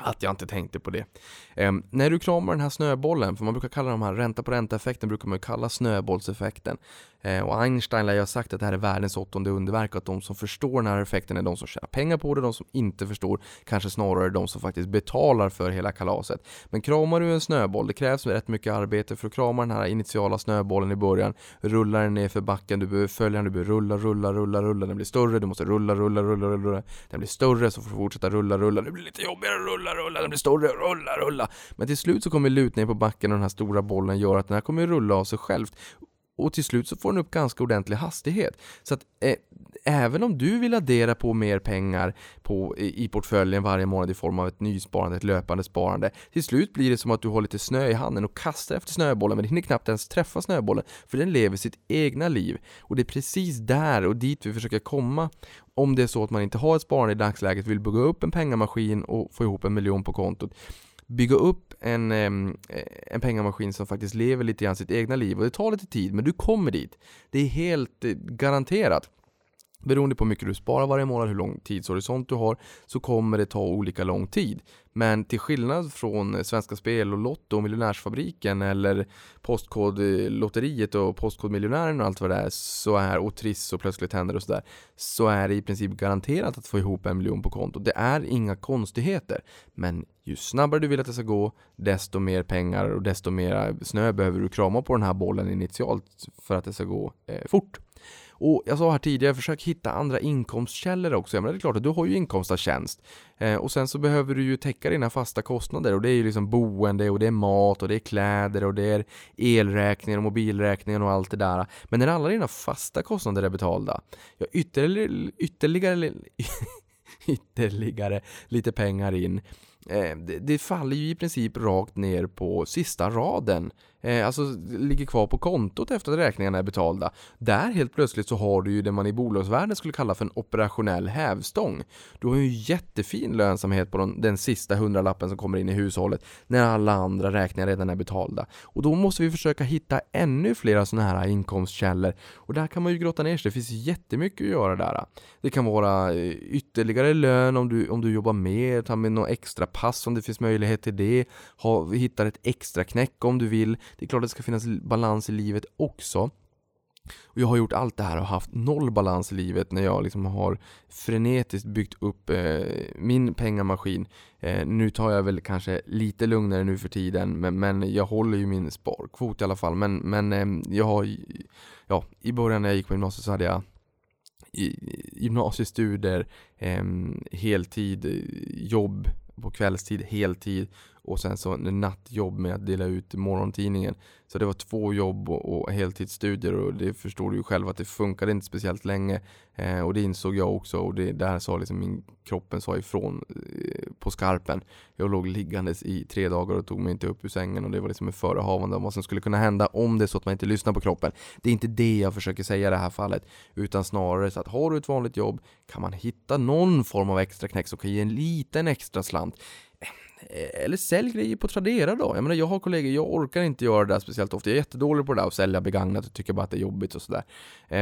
Att jag inte tänkte på det. När du kramar den här snöbollen, för man brukar kalla de här ränta på ränta-effekten, brukar man ju kalla snöbollseffekten. Och Einstein lär ju ha sagt att det här är världens 8:e underverk, att de som förstår den här effekten är de som tjänar pengar på det, de som inte förstår kanske snarare de som faktiskt betalar för hela kalaset. Men kramar du en snöboll, det krävs rätt mycket arbete för att krama den här initiala snöbollen i början, rulla den ner för backen, du behöver följa den, du behöver rulla, den blir större, du måste rulla, den blir större, så får du fortsätta rulla, det blir lite jobbigare, rulla, den blir större, rulla. Men till slut så kommer lut ner på backen och den här stora bollen gör att den här kommer rulla av sig själv. Och till slut så får den upp ganska ordentlig hastighet. Så att även om du vill addera på mer pengar i portföljen varje månad i form av ett nysparande, ett löpande sparande, till slut blir det som att du har lite snö i handen och kastar efter snöbollen, men det hinner knappt ens träffa snöbollen, för den lever sitt egna liv. Och det är precis där och dit vi försöker komma. Om det är så att man inte har ett sparande i dagsläget, vill bygga upp en pengamaskin och få ihop 1 miljon på kontot. Bygga upp en pengamaskin som faktiskt lever lite grann sitt egna liv. Och det tar lite tid, men du kommer dit. Det är helt garanterat. Beroende på hur mycket du sparar varje månad, hur lång tidshorisont du har, så kommer det ta olika lång tid. Men till skillnad från Svenska Spel och Lotto och Miljonärsfabriken eller Postkodlotteriet och Postkodmiljonären och allt vad det är, så är, och Triss och Plötsligt händer och sådär, så är det i princip garanterat att få ihop 1 miljon på konto. Det är inga konstigheter. Men ju snabbare du vill att det ska gå, desto mer pengar och desto mer snö behöver du krama på den här bollen initialt för att det ska gå fort. Och jag sa här tidigare, försök hitta andra inkomstkällor också. Men det är klart att du har ju inkomst av tjänst. Och sen så behöver du ju täcka dina fasta kostnader. Och det är ju liksom boende och det är mat och det är kläder och det är elräkningar och mobilräkningar och allt det där. Men när alla dina fasta kostnader är betalda, ja, ytterligare lite pengar in. Det faller ju i princip rakt ner på sista raden. Alltså ligger kvar på kontot efter att räkningarna är betalda. Där helt plötsligt så har du ju det man i bolagsvärlden skulle kalla för en operationell hävstång. Du har ju jättefin lönsamhet på den sista 100-lappen som kommer in i hushållet när alla andra räkningar redan är betalda. Och då måste vi försöka hitta ännu flera sådana här inkomstkällor. Och där kan man ju grotta ner sig. Det finns jättemycket att göra där. Det kan vara ytterligare lön om du jobbar mer, ta med något extra pass om det finns möjlighet till det. Hittar ett extra knäck om du vill. Det är klart att det ska finnas balans i livet också. Och jag har gjort allt det här och haft noll balans i livet när jag liksom har frenetiskt byggt upp min pengamaskin. Nu tar jag väl kanske lite lugnare nu för tiden, men jag håller ju min sparkvot i alla fall. Men jag har, i början när jag gick på gymnasiet så hade jag gymnasiestudier, heltid, jobb på kvällstid, heltid och sen så nattjobb med att dela ut morgontidningen. Så det var 2 jobb och heltidsstudier, och det förstår du ju själv att det funkade inte speciellt länge. Och det insåg jag också, och det där sa liksom kroppen sa ifrån på skarpen. Jag låg liggandes i 3 dagar och tog mig inte upp ur sängen, och det var liksom en förehavande om vad som skulle kunna hända om det är så att man inte lyssnar på kroppen. Det är inte det jag försöker säga i det här fallet, utan snarare så att har du ett vanligt jobb kan man hitta någon form av extra knäck som kan ge en liten extra slant. Eller sälj grejer på Tradera då. Jag menar, jag har kollegor, jag orkar inte göra det där speciellt ofta. Jag är jättedålig på det där att sälja begagnat och tycker bara att det är jobbigt och sådär.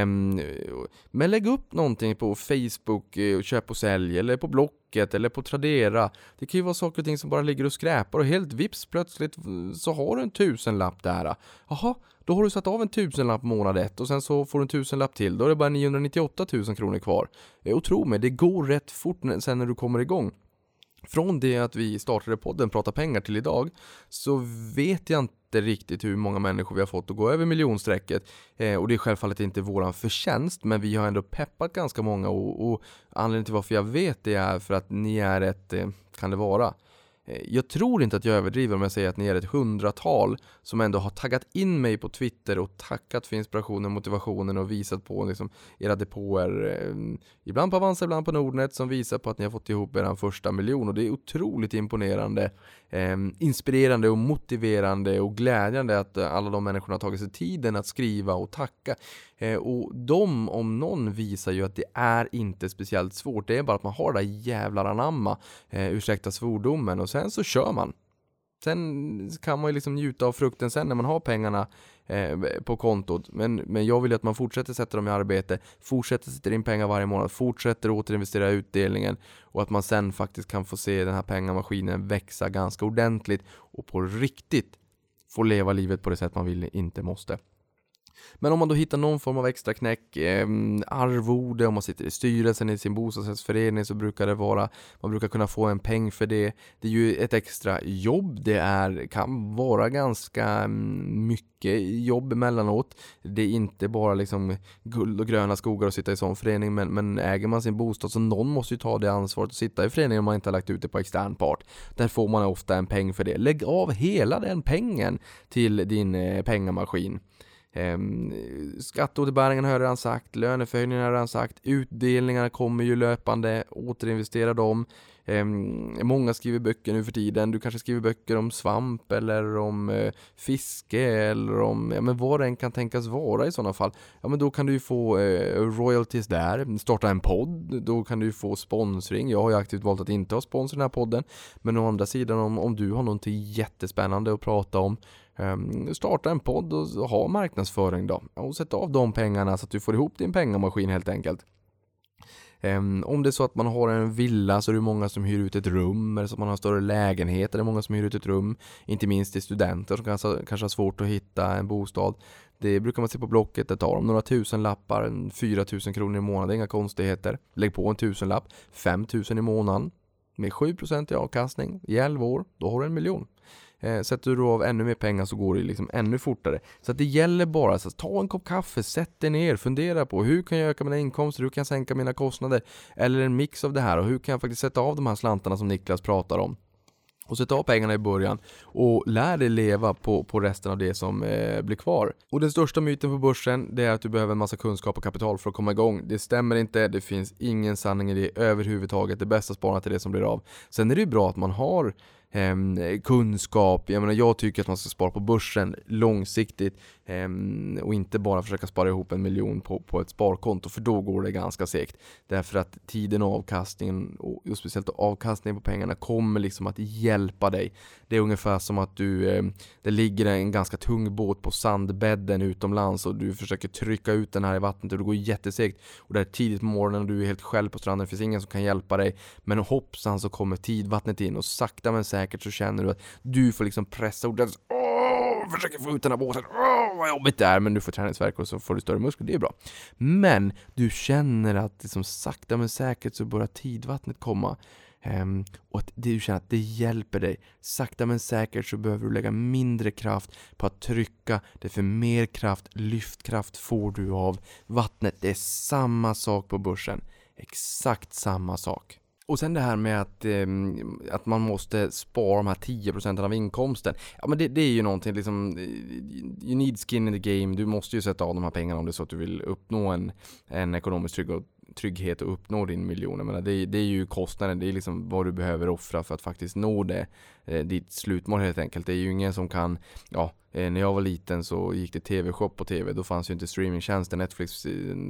Men lägg upp någonting på Facebook och köp och sälj, eller på Blocket eller på Tradera. Det kan ju vara saker och ting som bara ligger och skräpar, och helt vips plötsligt så har du en 1000-lapp där. Jaha, då har du satt av en 1000-lapp månad 1 och sen så får du en 1000-lapp till. Då är det bara 998 000 kronor kvar. Och tro mig, det går rätt fort sen när du kommer igång. Från det att vi startade podden Prata pengar till idag, så vet jag inte riktigt hur många människor vi har fått att gå över miljonsträcket. Och det är självfallet inte våran förtjänst, men vi har ändå peppat ganska många, och anledningen till varför jag vet det är för att ni är ett, kan det vara, jag tror inte att jag överdriver om jag säger att ni är ett 100-tal som ändå har taggat in mig på Twitter och tackat för inspirationen, motivationen och visat på liksom era depåer, ibland på Avanza, ibland på Nordnet, som visar på att ni har fått ihop er första miljon. Och det är otroligt imponerande, inspirerande och motiverande och glädjande att alla de människorna har tagit sig tiden att skriva och tacka. Och de om någon visar ju att det är inte speciellt svårt. Det är bara att man har det där jävlar anamma, ursäkta svordomen, och sen så kör man. Sen kan man ju liksom njuta av frukten sen när man har pengarna på kontot. Men jag vill ju att man fortsätter sätta dem i arbete, fortsätter sätta in pengar varje månad, fortsätter återinvestera utdelningen, och att man sen faktiskt kan få se den här pengamaskinen växa ganska ordentligt och på riktigt få leva livet på det sätt man vill, inte måste. Men om man då hittar någon form av extra knäck, arvode, om man sitter i styrelsen i sin bostadsrättsförening, så brukar det vara, man brukar kunna få en peng för det. Det är ju ett extra jobb, kan vara ganska mycket jobb emellanåt. Det är inte bara liksom guld och gröna skogar att sitta i sån förening, men äger man sin bostad så någon måste ju ta det ansvaret att sitta i föreningen om man inte har lagt ut det på extern part. Där får man ofta en peng för det. Lägg av hela den pengen till din pengamaskin. Skatteåterbäringen har jag redan sagt, löneförhöjningen har jag redan sagt, utdelningarna kommer ju löpande, återinvestera dem. Många skriver böcker nu för tiden. Du kanske skriver böcker om svamp eller om fiske eller om men vad det än kan tänkas vara i sådana fall. Ja, men då kan du ju få royalties där. Starta en podd, då kan du ju få sponsring. Jag har ju aktivt valt att inte ha sponsor i den här podden, men å andra sidan om du har någonting jättespännande att prata om, starta en podd och ha marknadsföring då. Och sätta av de pengarna så att du får ihop din pengamaskin helt enkelt. Om det är så att man har en villa så är det många som hyr ut ett rum, eller så att man har större lägenheter, det är många som hyr ut ett rum, inte minst till studenter som kanske har svårt att hitta en bostad. Det brukar man se på Blocket, det tar om några tusenlappar, 4 000 kronor i månaden, inga konstigheter. Lägg på en tusenlapp, 5 000 i månaden med 7% i avkastning i 11 år, då har du 1 miljon. Sätter du av ännu mer pengar så går det liksom ännu fortare. Så att det gäller bara att ta en kopp kaffe, sätt dig ner, fundera på hur kan jag öka mina inkomster, hur kan jag sänka mina kostnader, eller en mix av det här, och hur kan jag faktiskt sätta av de här slantarna som Niklas pratar om. Och sätta av pengarna i början och lär dig leva på resten av det som blir kvar. Och den största myten på börsen, det är att du behöver en massa kunskap och kapital för att komma igång. Det stämmer inte, det finns ingen sanning i det överhuvudtaget. Det bästa sparandet är det som blir av. Sen är det ju bra att man har kunskap. Jag tycker att man ska spara på börsen långsiktigt och inte bara försöka spara ihop 1 miljon på ett sparkonto, för då går det ganska segt. Därför att tiden och avkastningen, och speciellt avkastningen på pengarna, kommer liksom att hjälpa dig. Det är ungefär som att det ligger en ganska tung båt på sandbädden utomlands och du försöker trycka ut den här i vattnet och det går jättesegt. Och det är tidigt på morgonen och du är helt själv på stranden, det finns ingen som kan hjälpa dig. Men hoppsan så kommer tidvattnet in och sakta men säkert så känner du att du får liksom pressa ordet. Försöker få ut den här båten. Vad jobbigt det är, men du får träningsvärk och så får du större muskler, det är bra. Men du känner att liksom sakta men säkert så börjar tidvattnet komma. Och att du känner att det hjälper dig. Sakta men säkert så behöver du lägga mindre kraft på att trycka. Det är för mer kraft, lyftkraft får du av vattnet. Det är samma sak på börsen. Exakt samma sak. Och sen det här med att man måste spara de här 10% av inkomsten. Ja, men det är ju någonting liksom, you need skin in the game. Du måste ju sätta av de här pengarna om det är så att du vill uppnå en ekonomisk trygghet och uppnå din miljon. Men det är ju kostnaden, det är liksom vad du behöver offra för att faktiskt nå ditt slutmål helt enkelt. Det är ju ingen som kan, när jag var liten så gick det tv-shop på tv, då fanns ju inte streamingtjänsten. Netflix,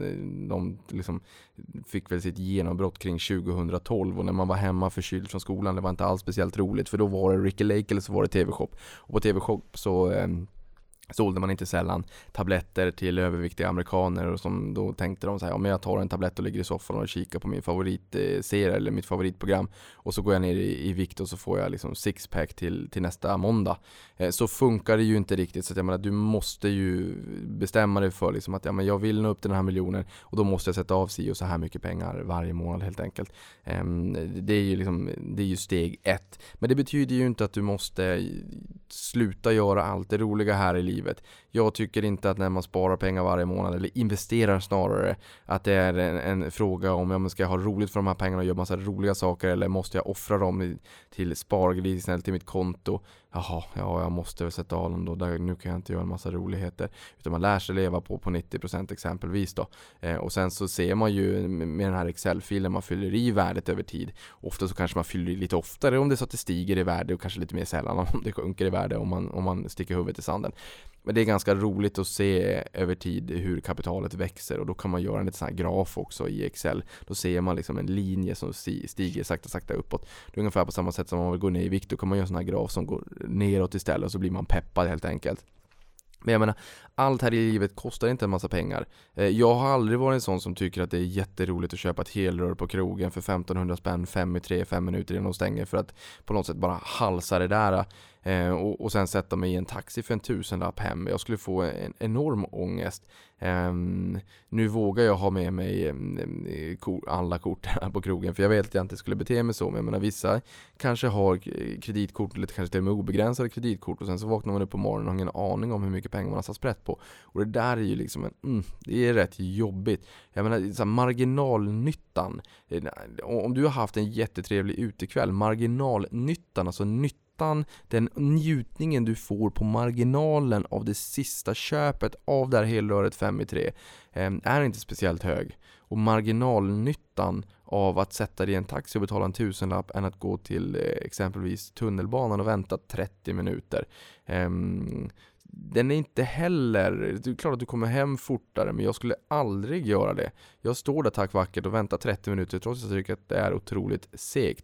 de liksom fick väl sitt genombrott kring 2012, och när man var hemma förkyld från skolan, det var inte alls speciellt roligt, för då var det Ricky Lake eller så var det tv-shop. Och på tv-shop så sålde man inte sällan tabletter till överviktiga amerikaner, och som då tänkte de så här, men jag tar en tablett och ligger i soffan och kikar på min favoritserie eller mitt favoritprogram, och så går jag ner i vikt och så får jag liksom sixpack till nästa måndag. Så funkar det ju inte riktigt, så att jag menar, du måste ju bestämma dig för liksom att jag vill nå upp till den här miljonen, och då måste jag sätta av sig och så här mycket pengar varje månad helt enkelt. Det är ju steg 1. Men det betyder ju inte att du måste sluta göra allt det roliga här i livet. Jag tycker inte att när man sparar pengar varje månad, eller investerar snarare, att det är en fråga om jag ska ha roligt för de här pengarna och göra massa roliga saker, eller måste jag offra dem till spargrisen eller till mitt konto. Jag måste väl sätta av dem då, nu kan jag inte göra en massa roligheter, utan man lär sig leva på 90% exempelvis då. Och sen så ser man ju med den här Excel-filen, man fyller i värdet över tid. Ofta så kanske man fyller i lite oftare om det är så att det stiger i värde, och kanske lite mer sällan om det sjunker i värde. värde om man sticker huvudet i sanden. Men det är ganska roligt att se över tid hur kapitalet växer, och då kan man göra en sån här graf också i Excel. Då ser man liksom en linje som stiger sakta uppåt. Det är ungefär på samma sätt som om man vill gå ner i vikt, då kan man göra en sån här graf som går neråt istället, och så blir man peppad helt enkelt. Men jag menar, allt här i livet kostar inte en massa pengar. Jag har aldrig varit en sån som tycker att det är jätteroligt att köpa ett helrör på krogen för 1500 spänn 5 minuter innan de stänger, för att på något sätt bara halsa det där och sen sätta mig i en taxi för 1000-lapp hem. Jag skulle få en enorm ångest. Nu vågar jag ha med mig alla kort här på krogen, för jag vet att jag inte skulle bete mig så. Men jag menar, vissa kanske har kreditkort eller kanske till och med obegränsade kreditkort, och sen så vaknar man upp på morgonen och har ingen aning om hur mycket pengar man har satt sprätt på. Och det där är ju liksom det är rätt jobbigt. Jag menar, så här, marginalnyttan. Om du har haft en jättetrevlig utekväll, marginalnyttan, alltså den njutningen du får på marginalen av det sista köpet av det här helröret 5 i 3 är inte speciellt hög. Och marginalnyttan av att sätta dig i en taxi och betala en 1000-lapp än att gå till exempelvis tunnelbanan och vänta 30 minuter. Den är inte heller, det är klart att du kommer hem fortare, men jag skulle aldrig göra det. Jag står där tack vackert och väntar 30 minuter trots att jag tycker att det är otroligt segt.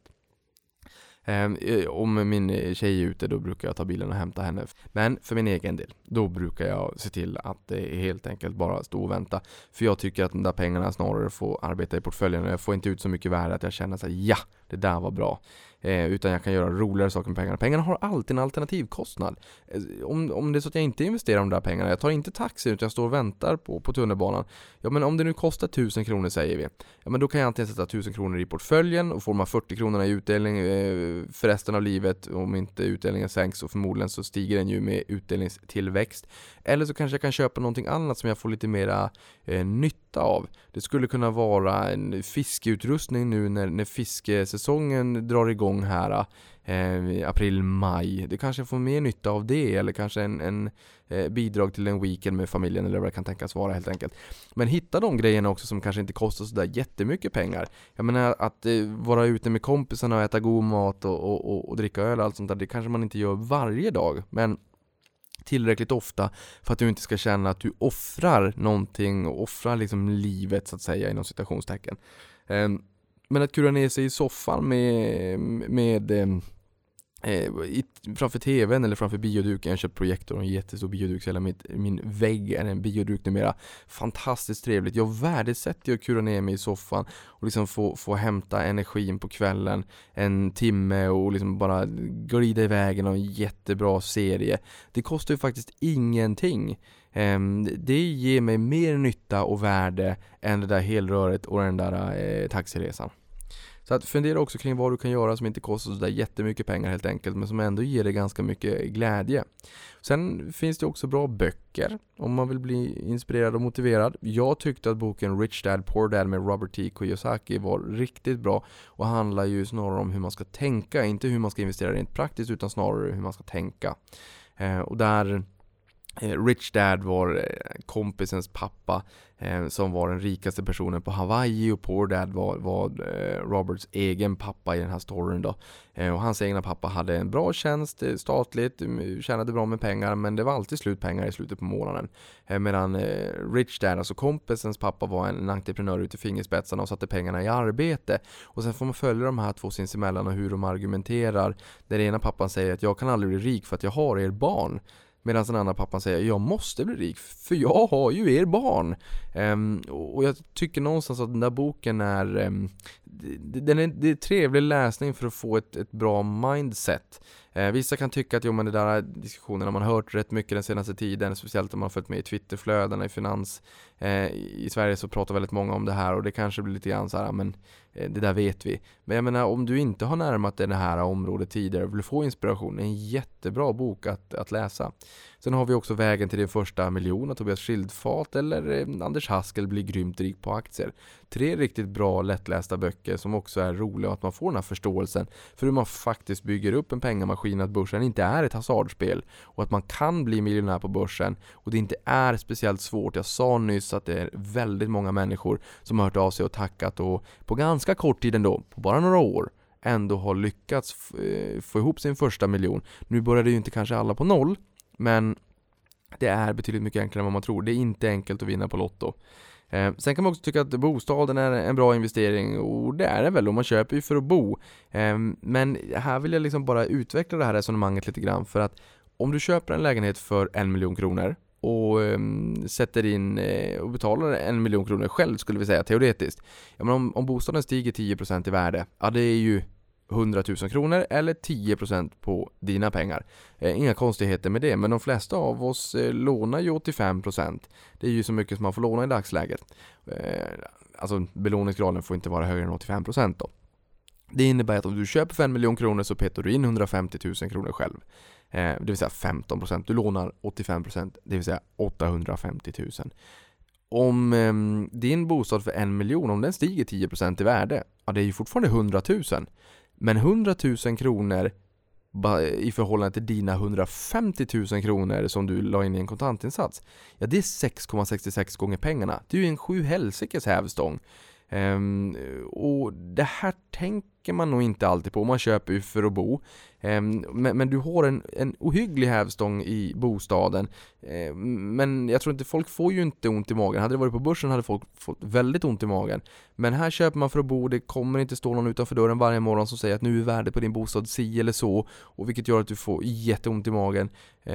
Om min tjej är ute, då brukar jag ta bilen och hämta henne. Men för min egen del, då brukar jag se till att det helt enkelt bara stå och vänta. För jag tycker att de där pengarna snarare får arbeta i portföljen, och jag får inte ut så mycket värde att jag känner så här, ja, det där var bra. Utan jag kan göra roligare saker med pengarna. Pengarna har alltid en alternativkostnad. Om det är så att jag inte investerar de där pengarna, jag tar inte taxi utan jag står och väntar på tunnelbanan. Ja, men om det nu kostar 1000 kronor säger vi. Ja, men då kan jag antingen sätta 1000 kronor i portföljen och får man 40 kronorna i utdelning för resten av livet. Om inte utdelningen sänks, så förmodligen så stiger den ju med utdelningstillväxt. Eller så kanske jag kan köpa någonting annat som jag får lite mera nytta av. Det skulle kunna vara en fiskeutrustning nu när fiskesäsongen drar igång här april, maj. Det kanske får mer nytta av det, eller kanske en bidrag till en weekend med familjen, eller vad det kan tänkas vara helt enkelt. Men hitta de grejerna också som kanske inte kostar så där jättemycket pengar. Jag menar, att vara ute med kompisarna och äta god mat och dricka öl och allt sånt där, det kanske man inte gör varje dag, men tillräckligt ofta för att du inte ska känna att du offrar någonting och offrar liksom livet så att säga inom citationstecken. Men att kura ner sig i soffan framför tvn eller framför bioduken. Jag har köpt projektor och en jättestor bioduk, så hela min vägg är en bioduk numera. Fantastiskt trevligt. Jag värdesätter att kura ner mig i soffan och liksom få hämta energin på kvällen en timme och liksom bara glida iväg i någon jättebra serie. Det kostar ju faktiskt ingenting. Det ger mig mer nytta och värde än det där helröret och den där taxiresan. Så att fundera också kring vad du kan göra som inte kostar så där jättemycket pengar helt enkelt, men som ändå ger dig ganska mycket glädje. Sen finns det också bra böcker om man vill bli inspirerad och motiverad. Jag tyckte att boken Rich Dad Poor Dad med Robert T. Kiyosaki var riktigt bra och handlar ju snarare om hur man ska tänka, inte hur man ska investera rent praktiskt, utan snarare hur man ska tänka. Och där Rich Dad var kompisens pappa som var den rikaste personen på Hawaii, och Poor Dad var Roberts egen pappa i den här storyn då. Och hans egna pappa hade en bra tjänst statligt, tjänade bra med pengar, men det var alltid slutpengar i slutet på månaden. Medan Rich Dad, alltså kompisens pappa, var en entreprenör ute i fingerspetsarna och satte pengarna i arbete. Och sen får man följa de här två sinsemellan och hur de argumenterar. Där ena pappan säger att jag kan aldrig bli rik för att jag har er barn. Medan den andra pappan säger jag måste bli rik för jag har ju er barn. Och jag tycker någonstans att den där boken är det är trevlig läsning för att få ett bra mindset. Vissa kan tycka att men det där diskussionerna man har hört rätt mycket den senaste tiden, speciellt om man har följt med i Twitterflödena i finans. I Sverige så pratar väldigt många om det här och det kanske blir lite grann så här, men det där vet vi. Men jag menar, om du inte har närmat dig det här området tidigare och vill få inspiration, en jättebra bok att läsa. Sen har vi också Vägen till din första miljon av Tobias Schildfat, eller Anders Haskell blir grymt rik på aktier. 3 riktigt bra lättlästa böcker som också är roliga, och att man får den här förståelsen för hur man faktiskt bygger upp en pengamaskin, att börsen inte är ett hasardspel och att man kan bli miljonär på börsen och det inte är speciellt svårt. Jag sa nyss att det är väldigt många människor som har hört av sig och tackat, och på ganska kort tid ändå, på bara några år, ändå har lyckats få ihop sin första miljon. Nu började ju inte kanske alla på 0, men det är betydligt mycket enklare än vad man tror. Det är inte enkelt att vinna på Lotto. Sen kan man också tycka att bostaden är en bra investering, och det är det väl, och man köper ju för att bo. Men här vill jag liksom bara utveckla det här resonemanget lite grann, för att om du köper en lägenhet för 1 miljon kronor och sätter in och betalar 1 miljon kronor själv, skulle vi säga teoretiskt. Ja, men om bostaden stiger 10% i värde, ja, det är ju 100 000 kronor eller 10% på dina pengar. Inga konstigheter med det, men de flesta av oss lånar ju 85%. Det är ju så mycket som man får låna i dagsläget. Alltså belåningsgraden får inte vara högre än 85% då. Det innebär att om du köper för 1 miljon kronor så petar du in 150 000 kronor själv. Det vill säga 15%. Du lånar 85%, det vill säga 850 000. Om din bostad för 1 miljon, om den stiger 10% i värde, ja, det är ju fortfarande 100 000. Men 100 000 kronor i förhållande till dina 150 000 kronor som du la in i en kontantinsats, ja, det är 6,66 gånger pengarna. Det är ju en 7 helsikes hävstång. Och det här tänker man nog inte alltid på. Man köper ju för att bo. Men du har en ohygglig hävstång i bostaden. Men jag tror inte, folk får ju inte ont i magen. Hade det varit på börsen hade folk fått väldigt ont i magen. Men här köper man för att bo. Det kommer inte stå någon utanför dörren varje morgon som säger att nu är värdet på din bostad si eller så. Och vilket gör att du får jätteont i magen.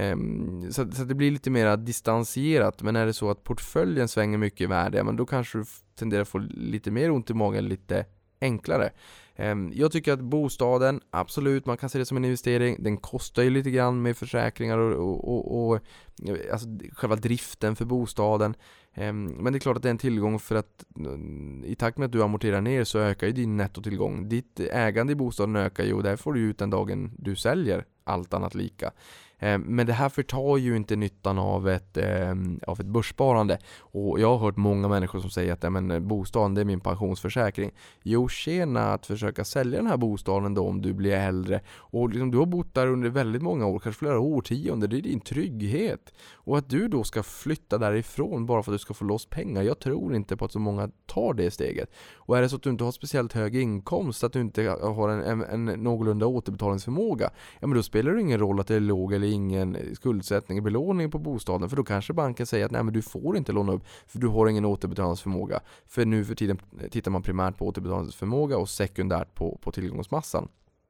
Så det blir lite mer distanserat. Men är det så att portföljen svänger mycket i värde, men då kanske du tenderar att få lite mer ont i magen lite enklare. Jag tycker att bostaden, absolut, man kan se det som en investering. Den kostar ju lite grann med försäkringar och alltså själva driften för bostaden. Men det är klart att det är en tillgång, för att i takt med att du amorterar ner så ökar ju din nettotillgång. Ditt ägande i bostaden ökar ju, och där får du ut den dagen du säljer, allt annat lika. Men det här förtar ju inte nyttan av ett börssparande. Och jag har hört många människor som säger att men, bostaden, det är min pensionsförsäkring. Jo, tjena, att försöka sälja den här bostaden då om du blir äldre. Och liksom, du har bott där under väldigt många år, kanske flera årtionden. Det är din trygghet. Och att du då ska flytta därifrån bara för att du ska få loss pengar. Jag tror inte på att så många tar det steget. Och är det så att du inte har speciellt hög inkomst, att du inte har en någorlunda återbetalningsförmåga, ja, men då spelar det ingen roll att det är låg eller ingen skuldsättning, belåning på bostaden, för då kanske banken säger att nej, men du får inte låna upp för du har ingen återbetalningsförmåga. För nu för tiden tittar man primärt på återbetalningsförmåga och sekundärt på tillgångsmassan.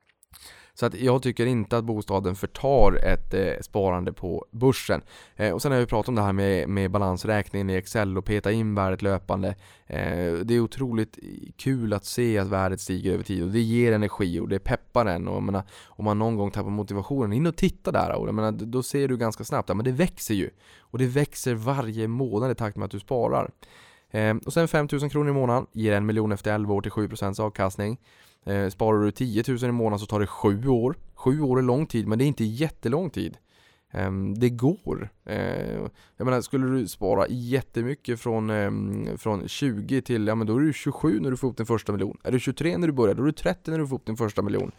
Så att jag tycker inte att bostaden förtar ett sparande på börsen. Och sen har vi pratat om det här med balansräkningen i Excel och peta in värdet löpande. Det är otroligt kul att se att värdet stiger över tid, och det ger energi och det peppar en. Och jag menar, om man någon gång tappar motivationen, in och titta där, och jag menar, då ser du ganska snabbt att det växer ju. Och det växer varje månad i takt med att du sparar. Och sen 5 000 kronor i månaden ger 1 miljon efter 11 år till 7% avkastning. Sparar du 10 000 i månaden så tar det 7 år. 7 år är lång tid, men det är inte jättelång tid. Det går. Jag menar, skulle du spara jättemycket från 20 till, ja, men då är du 27 när du får upp din första miljon. Är du 23 när du börjar, då är du 30 när du får upp din första miljon.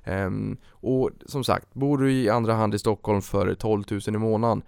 Och som sagt, bor du i andra hand i Stockholm för 12 000 i månaden,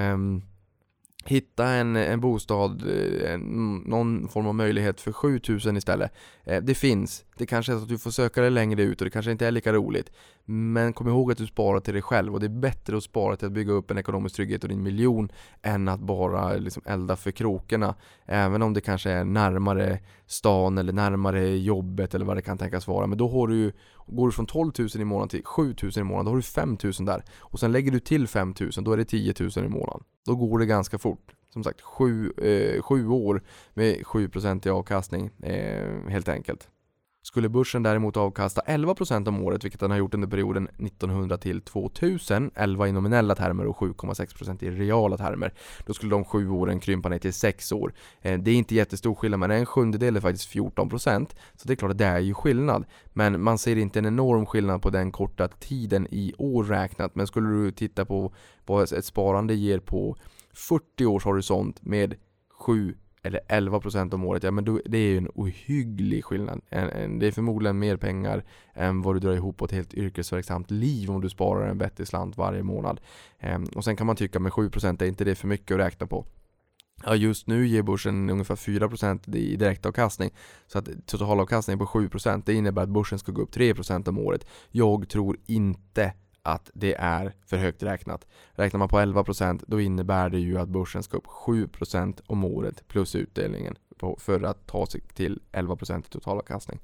hitta en bostad, någon form av möjlighet för 7 000 istället. Det finns. Det kanske är så att du får söka dig längre ut, och det kanske inte är lika roligt. Men kom ihåg att du sparar till dig själv, och det är bättre att spara till att bygga upp en ekonomisk trygghet och din miljon än att bara liksom elda för krokarna. Även om det kanske är närmare stan eller närmare jobbet eller vad det kan tänkas vara. Men då går du från 12 000 i månaden till 7 000 i månaden, då har du 5 000 där. Och sen lägger du till 5 000, då är det 10 000 i månaden. Då går det ganska fort. Som sagt, 7 år med 7% i avkastning, helt enkelt. Skulle börsen däremot avkasta 11% om året, vilket den har gjort under perioden 1900 till 2000, 11 i nominella termer och 7,6% i reala termer, då skulle de 7 åren krympa ner till 6 år. Det är inte jättestor skillnad, men en sjundedel är faktiskt 14%, så det är klart att det är ju skillnad. Men man ser inte en enorm skillnad på den korta tiden i år räknat. Men skulle du titta på vad ett sparande ger på 40 års horisont med 7 eller 11% om året, ja, men då, det är ju en ohygglig skillnad. Det är förmodligen mer pengar än vad du drar ihop på ett helt yrkesverksamt liv om du sparar en vettig slant varje månad. Och sen kan man tycka med 7% är inte det för mycket att räkna på. Ja, just nu ger börsen ungefär 4% i direktavkastning. Så att totalavkastning på 7%, det innebär att börsen ska gå upp 3% om året. Jag tror inte att det är för högt räknat. Räknar man på 11%, då innebär det ju att börsen ska upp 7% om året plus utdelningen för att ta sig till 11% i totalavkastning.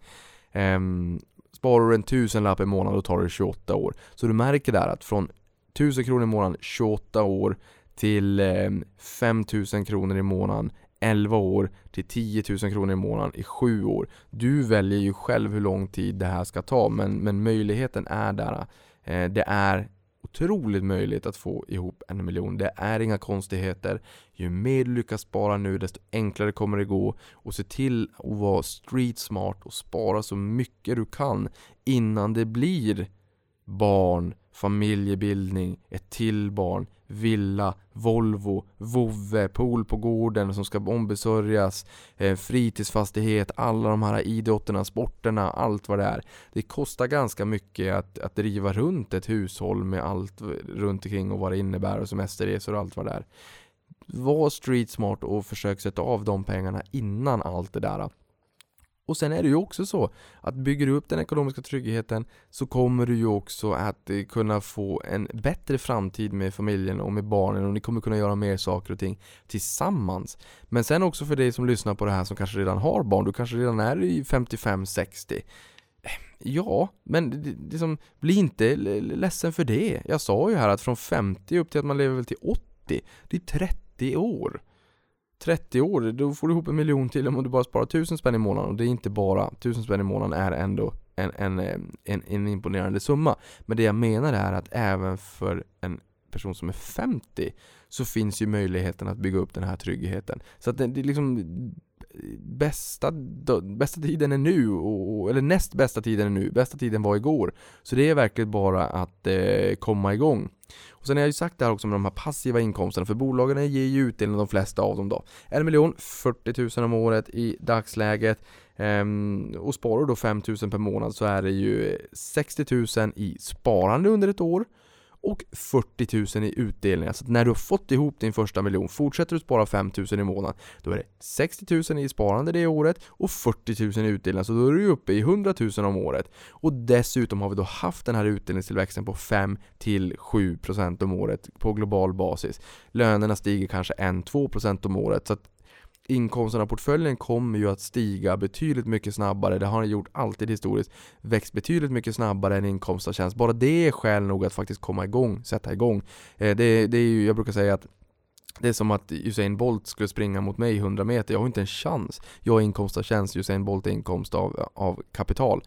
Sparar du en 1000-lapp i månaden, då tar det 28 år. Så du märker där att från 1000 kronor i månaden 28 år till 5000 kronor i månaden 11 år till 10 000 kronor i månaden i 7 år. Du väljer ju själv hur lång tid det här ska ta, men möjligheten är där. Det är otroligt möjligt att få ihop 1 miljon. Det är inga konstigheter. Ju mer du lyckas spara nu, desto enklare kommer det gå. Och se till att vara street smart och spara så mycket du kan innan det blir barn, familjebildning, ett till barn, villa, Volvo, vovve, pool på gården som ska ombesörjas, fritidsfastighet, alla de här idrotterna, sporterna, allt vad det är. Det kostar ganska mycket att driva runt ett hushåll med allt runt omkring och vad det innebär och semesterresor och allt vad det är. Var street smart och försök sätta av de pengarna innan allt det där. Och sen är det ju också så att bygger du upp den ekonomiska tryggheten så kommer du ju också att kunna få en bättre framtid med familjen och med barnen, och ni kommer kunna göra mer saker och ting tillsammans. Men sen också för dig som lyssnar på det här som kanske redan har barn, du kanske redan är i 55-60. Ja, men liksom, bli inte ledsen för det. Jag sa ju här att från 50 upp till att man lever väl till 80, det är 30 år. 30 år, då får du ihop 1 miljon till om du bara sparar 1000 spänn i månaden. Och det är inte bara 1000 spänn i månaden, är ändå en imponerande summa. Men det jag menar är att även för en person som är 50 så finns ju möjligheten att bygga upp den här tryggheten. Så att det är liksom bästa tiden är nu, eller näst bästa tiden är nu. Bästa tiden var igår. Så det är verkligen bara att komma igång. Och sen har jag ju sagt det här också med de här passiva inkomsterna, för bolagen ger ju utdelning de flesta av dem då. 1 miljon, 40 000 om året i dagsläget. Och sparar du då 5 000 per månad så är det ju 60 000 i sparande under ett år. Och 40 000 i utdelningar. Så att när du har fått ihop din första miljon, fortsätter du spara 5 000 i månaden, då är det 60 000 i sparande det året och 40 000 i utdelningar. Så då är du uppe i 100 000 om året. Och dessutom har vi då haft den här utdelningstillväxten på 5-7% om året på global basis. Lönerna stiger kanske 1-2% om året. Så att inkomsterna av portföljen kommer ju att stiga betydligt mycket snabbare. Det har gjort alltid historiskt. Växt betydligt mycket snabbare än inkomst av tjänst. Bara det är skäl nog att faktiskt komma igång, sätta igång. Det är ju, jag brukar säga att det är som att Usain Bolt skulle springa mot mig 100 meter. Jag har inte en chans. Jag är inkomst av tjänst, Usain Bolt är inkomst av kapital.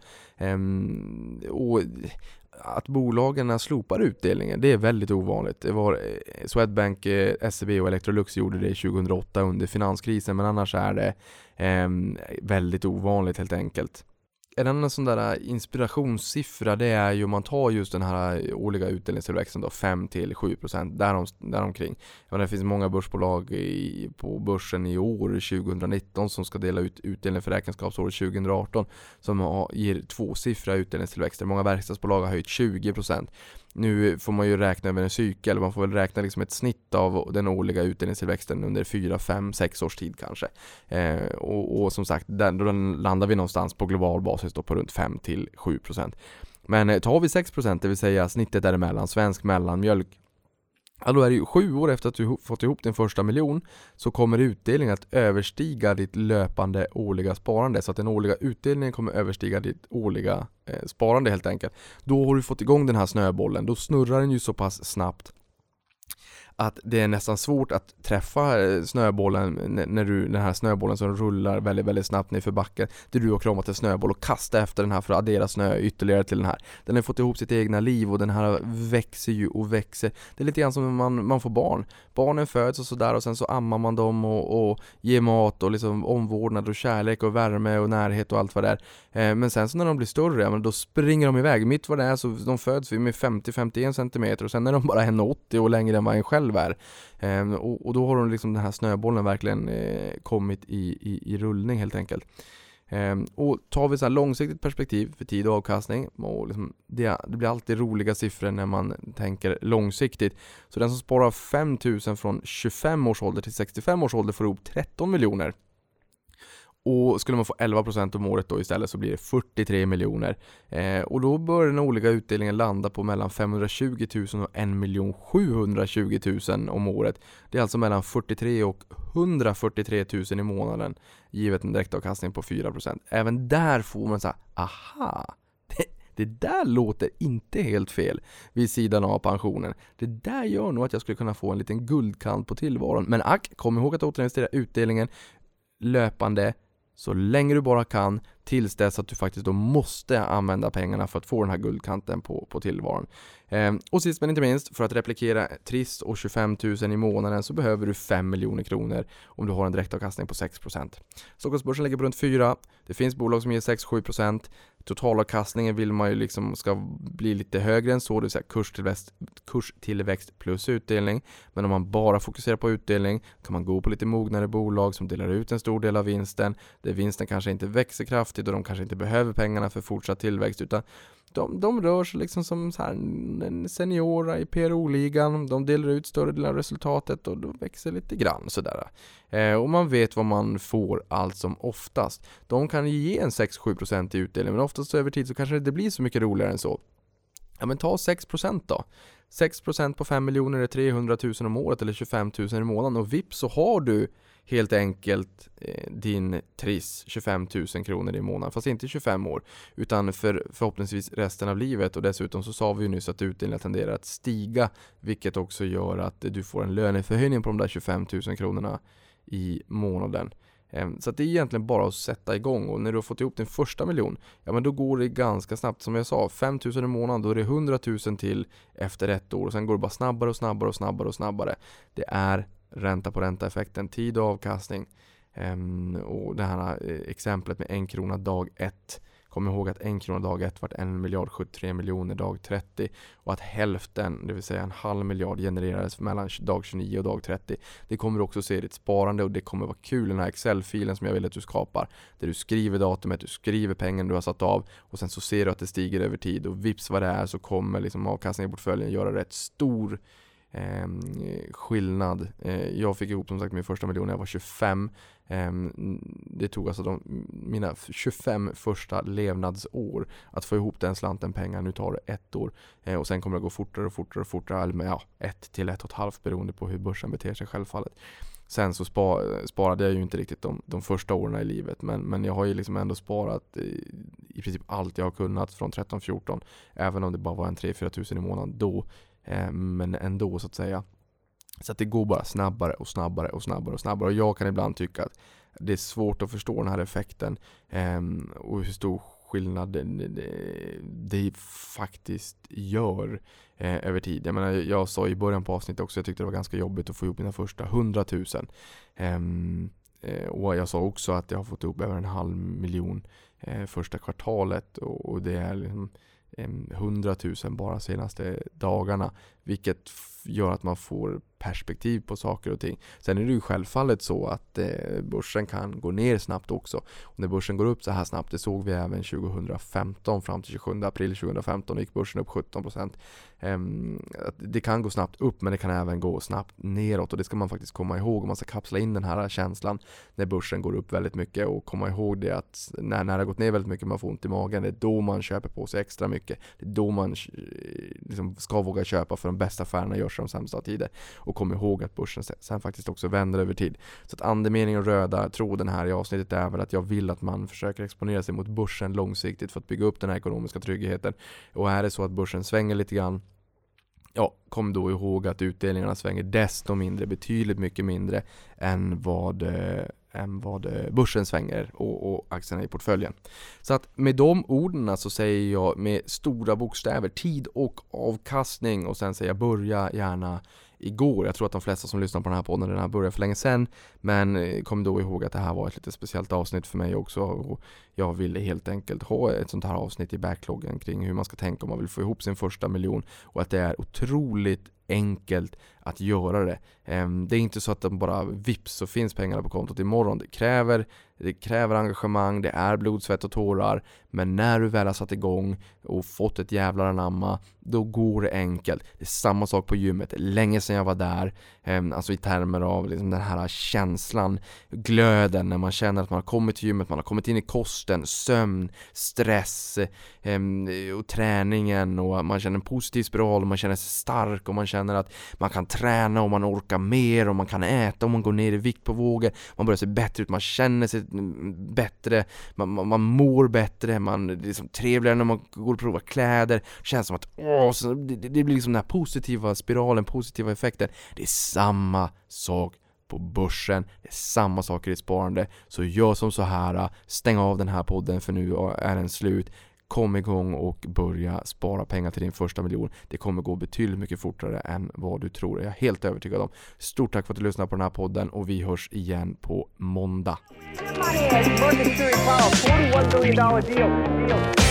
Och att bolagen slopar utdelningen, det är väldigt ovanligt. Det var Swedbank, SEB och Electrolux gjorde det 2008 under finanskrisen, men annars är det väldigt ovanligt helt enkelt. En annan sån där inspirationssiffra, det är ju om man tar just den här årliga utdelningstillväxten då, 5-7%, däromkring. Ja, det finns många börsbolag på börsen i år 2019 som ska dela ut utdelning för räkenskapsåret 2018 som ger tvåsiffriga utdelningstillväxter. Många verkstadsbolag har höjt 20%. Nu får man ju räkna över en cykel, man får väl räkna liksom ett snitt av den årliga utdelningstillväxten under 4, 5, 6 års tid kanske. Och som sagt, då landar vi någonstans på global basis då på runt 5-7%. Men tar vi 6%, det vill säga snittet däremellan, svensk mellanmjölk, ja, då är det ju 7 år efter att du fått ihop din första miljon så kommer utdelningen att överstiga ditt löpande årliga sparande. Så att den årliga utdelningen kommer överstiga ditt årliga sparande helt enkelt. Då har du fått igång den här snöbollen. Då snurrar den ju så pass snabbt att det är nästan svårt att träffa snöbollen när den här snöbollen som rullar väldigt, väldigt snabbt ner för backen, där du har kramat en snöboll och kastar efter den här för att addera snö ytterligare till den här. Den har fått ihop sitt egna liv och den här växer ju och växer. Det är lite grann som när man får barn. Barnen föds och sådär och sen så ammar man dem och ger mat och liksom omvårdnad och kärlek och värme och närhet och allt vad det är. Men sen så när de blir större, ja, men då springer de iväg. Mitt vad det är så de föds vi med 50-51 cm och sen är de bara 1,80 och längre än vad en själv är. Och då har de liksom den här snöbollen verkligen kommit i rullning helt enkelt. Och tar vi så här långsiktigt perspektiv för tid och avkastning, och liksom det blir alltid roliga siffror när man tänker långsiktigt. Så den som sparar 5 000 från 25 års ålder till 65 års ålder får ihop 13 miljoner. Och skulle man få 11% om året då istället så blir det 43 miljoner. Och då bör den olika utdelningen landa på mellan 520 000 och 1 720 000 om året. Det är alltså mellan 43 och 143 000 i månaden givet en direktavkastning på 4%. Även där får man så här, aha, det där låter inte helt fel vid sidan av pensionen. Det där gör nog att jag skulle kunna få en liten guldkant på tillvaron. Men kom ihåg att återinvestera utdelningen löpande så länge du bara kan, tills dess att du faktiskt då måste använda pengarna för att få den här guldkanten på tillvaron. Och sist men inte minst, för att replikera trist och 25 000 i månaden så behöver du 5 miljoner kronor om du har en direktavkastning på 6%. Stockholmsbörsen ligger på runt 4. Det finns bolag som ger 6-7%. Totalavkastningen vill man ju liksom ska bli lite högre än så, det vill säga kurstillväxt plus utdelning. Men om man bara fokuserar på utdelning kan man gå på lite mognare bolag som delar ut en stor del av vinsten. Där vinsten kanske inte växer kraftigt och de kanske inte behöver pengarna för fortsatt tillväxt, utan de rör sig liksom som så här seniora i PRO-ligan. De delar ut större del av resultatet och de växer lite grann sådär. Och man vet vad man får allt som oftast. De kan ge en 6-7% i utdelning, men oftast över tid så kanske det inte blir så mycket roligare än så. Ja, men ta 6% då. 6% på 5 miljoner är 300 000 om året eller 25 000 i månaden, och vips så har du helt enkelt din triss 25 000 kronor i månaden, fast inte 25 år utan förhoppningsvis resten av livet. Och dessutom så sa vi ju nyss att utdelningen tenderar att stiga, vilket också gör att du får en löneförhöjning på de där 25 000 kronorna i månaden. Så att det är egentligen bara att sätta igång, och när du har fått ihop din första miljon, ja men då går det ganska snabbt. Som jag sa, 5 000 i månaden, då är det 100 000 till efter ett år, och sen går det bara snabbare och snabbare och snabbare och snabbare. Det är ränta på ränta-effekten, tid och avkastning. Och det här exemplet med 1 krona dag 1. Kom ihåg att 1 krona dag 1 vart 1,073 miljoner dag 30, och att hälften, det vill säga 0,5 miljard, genererades mellan dag 29 och dag 30. Det kommer du också se i ditt sparande, och det kommer vara kul, den här Excel-filen som jag vill att du skapar, där du skriver datumet, du skriver pengen du har satt av, och sen så ser du att det stiger över tid, och vips vad det är så kommer liksom avkastningen i portföljen göra rätt stor skillnad. Jag fick ihop som sagt min första miljon när jag var 25. Det tog alltså mina 25 första levnadsår att få ihop den slanten pengar. Nu tar det 1 år, och sen kommer det gå fortare och fortare och fortare, eller med 1 till 1,5 beroende på hur börsen beter sig självfallet. Sen så sparade jag ju inte riktigt de första åren i livet, men jag har ju liksom ändå sparat i princip allt jag har kunnat från 13-14, även om det bara var en 3-4 tusen i månaden då. Men ändå så att säga. Så att det går bara snabbare och snabbare och snabbare och snabbare. Och jag kan ibland tycka att det är svårt att förstå den här effekten och hur stor skillnad det faktiskt gör över tid. Jag menar, jag sa i början på avsnittet också, jag tyckte det var ganska jobbigt att få ihop mina första 100 000. Och jag sa också att jag har fått ihop över 500 000 första kvartalet, och det är liksom 100 000 bara senaste dagarna, vilket gör att man får perspektiv på saker och ting. Sen är det ju självfallet så att börsen kan gå ner snabbt också. Och när börsen går upp så här snabbt, det såg vi även 2015, fram till 27 april 2015 gick börsen upp 17%. Det kan gå snabbt upp, men det kan även gå snabbt neråt, och det ska man faktiskt komma ihåg om man ska kapsla in den här känslan när börsen går upp väldigt mycket, och komma ihåg det att när det har gått ner väldigt mycket, man får ont i magen, det är då man köper på sig extra mycket. Det är då man liksom ska våga köpa, för de bästa affärerna görs de sämsta tider. Och kom ihåg att börsen sen faktiskt också vänder över tid. Så att andemeningen och röda tråden här i avsnittet är väl att jag vill att man försöker exponera sig mot börsen långsiktigt för att bygga upp den här ekonomiska tryggheten. Och är det så att börsen svänger lite grann, ja, kom då ihåg att utdelningarna svänger desto mindre, betydligt mycket mindre än vad börsen svänger och aktierna i portföljen. Så att med de orden så säger jag med stora bokstäver tid och avkastning, och sen säger jag börja gärna igår. Jag tror att de flesta som lyssnar på den här podden den här började för länge sedan, men kom då ihåg att det här var ett lite speciellt avsnitt för mig också, och jag ville helt enkelt ha ett sånt här avsnitt i backloggen kring hur man ska tänka om man vill få ihop sin första miljon, och att det är otroligt enkelt att göra det. Det är inte så att de bara vips så finns pengarna på kontot imorgon. Det kräver Det kräver engagemang, det är blod, svett och tårar. Men när du väl har satt igång och fått ett jävla anamma, då går det enkelt. Det är samma sak på gymmet. Länge sedan jag var där. Alltså i termer av liksom den här känslan, glöden när man känner att man har kommit till gymmet, man har kommit in i kosten, sömn, stress och träningen, och man känner en positiv spiral och man känner sig stark och man känner att man kan träna och man orkar mer och man kan äta och man går ner i vikt på vågor, man börjar se bättre ut, man känner sig bättre, man mår bättre, man är liksom trevligare när man går och provar kläder, känns som att det blir liksom den här positiva spiralen, positiva effekten. Det är samma sak på börsen, det är samma saker i sparande. Så gör som så här, stäng av den här podden för nu är den slut. Kom igång och börja spara pengar till din första miljon. Det kommer gå betydligt mycket fortare än vad du tror. Jag är helt övertygad om. Stort tack för att du lyssnar på den här podden och vi hörs igen på måndag. Morgan Sterling Powell, $41 billion deal.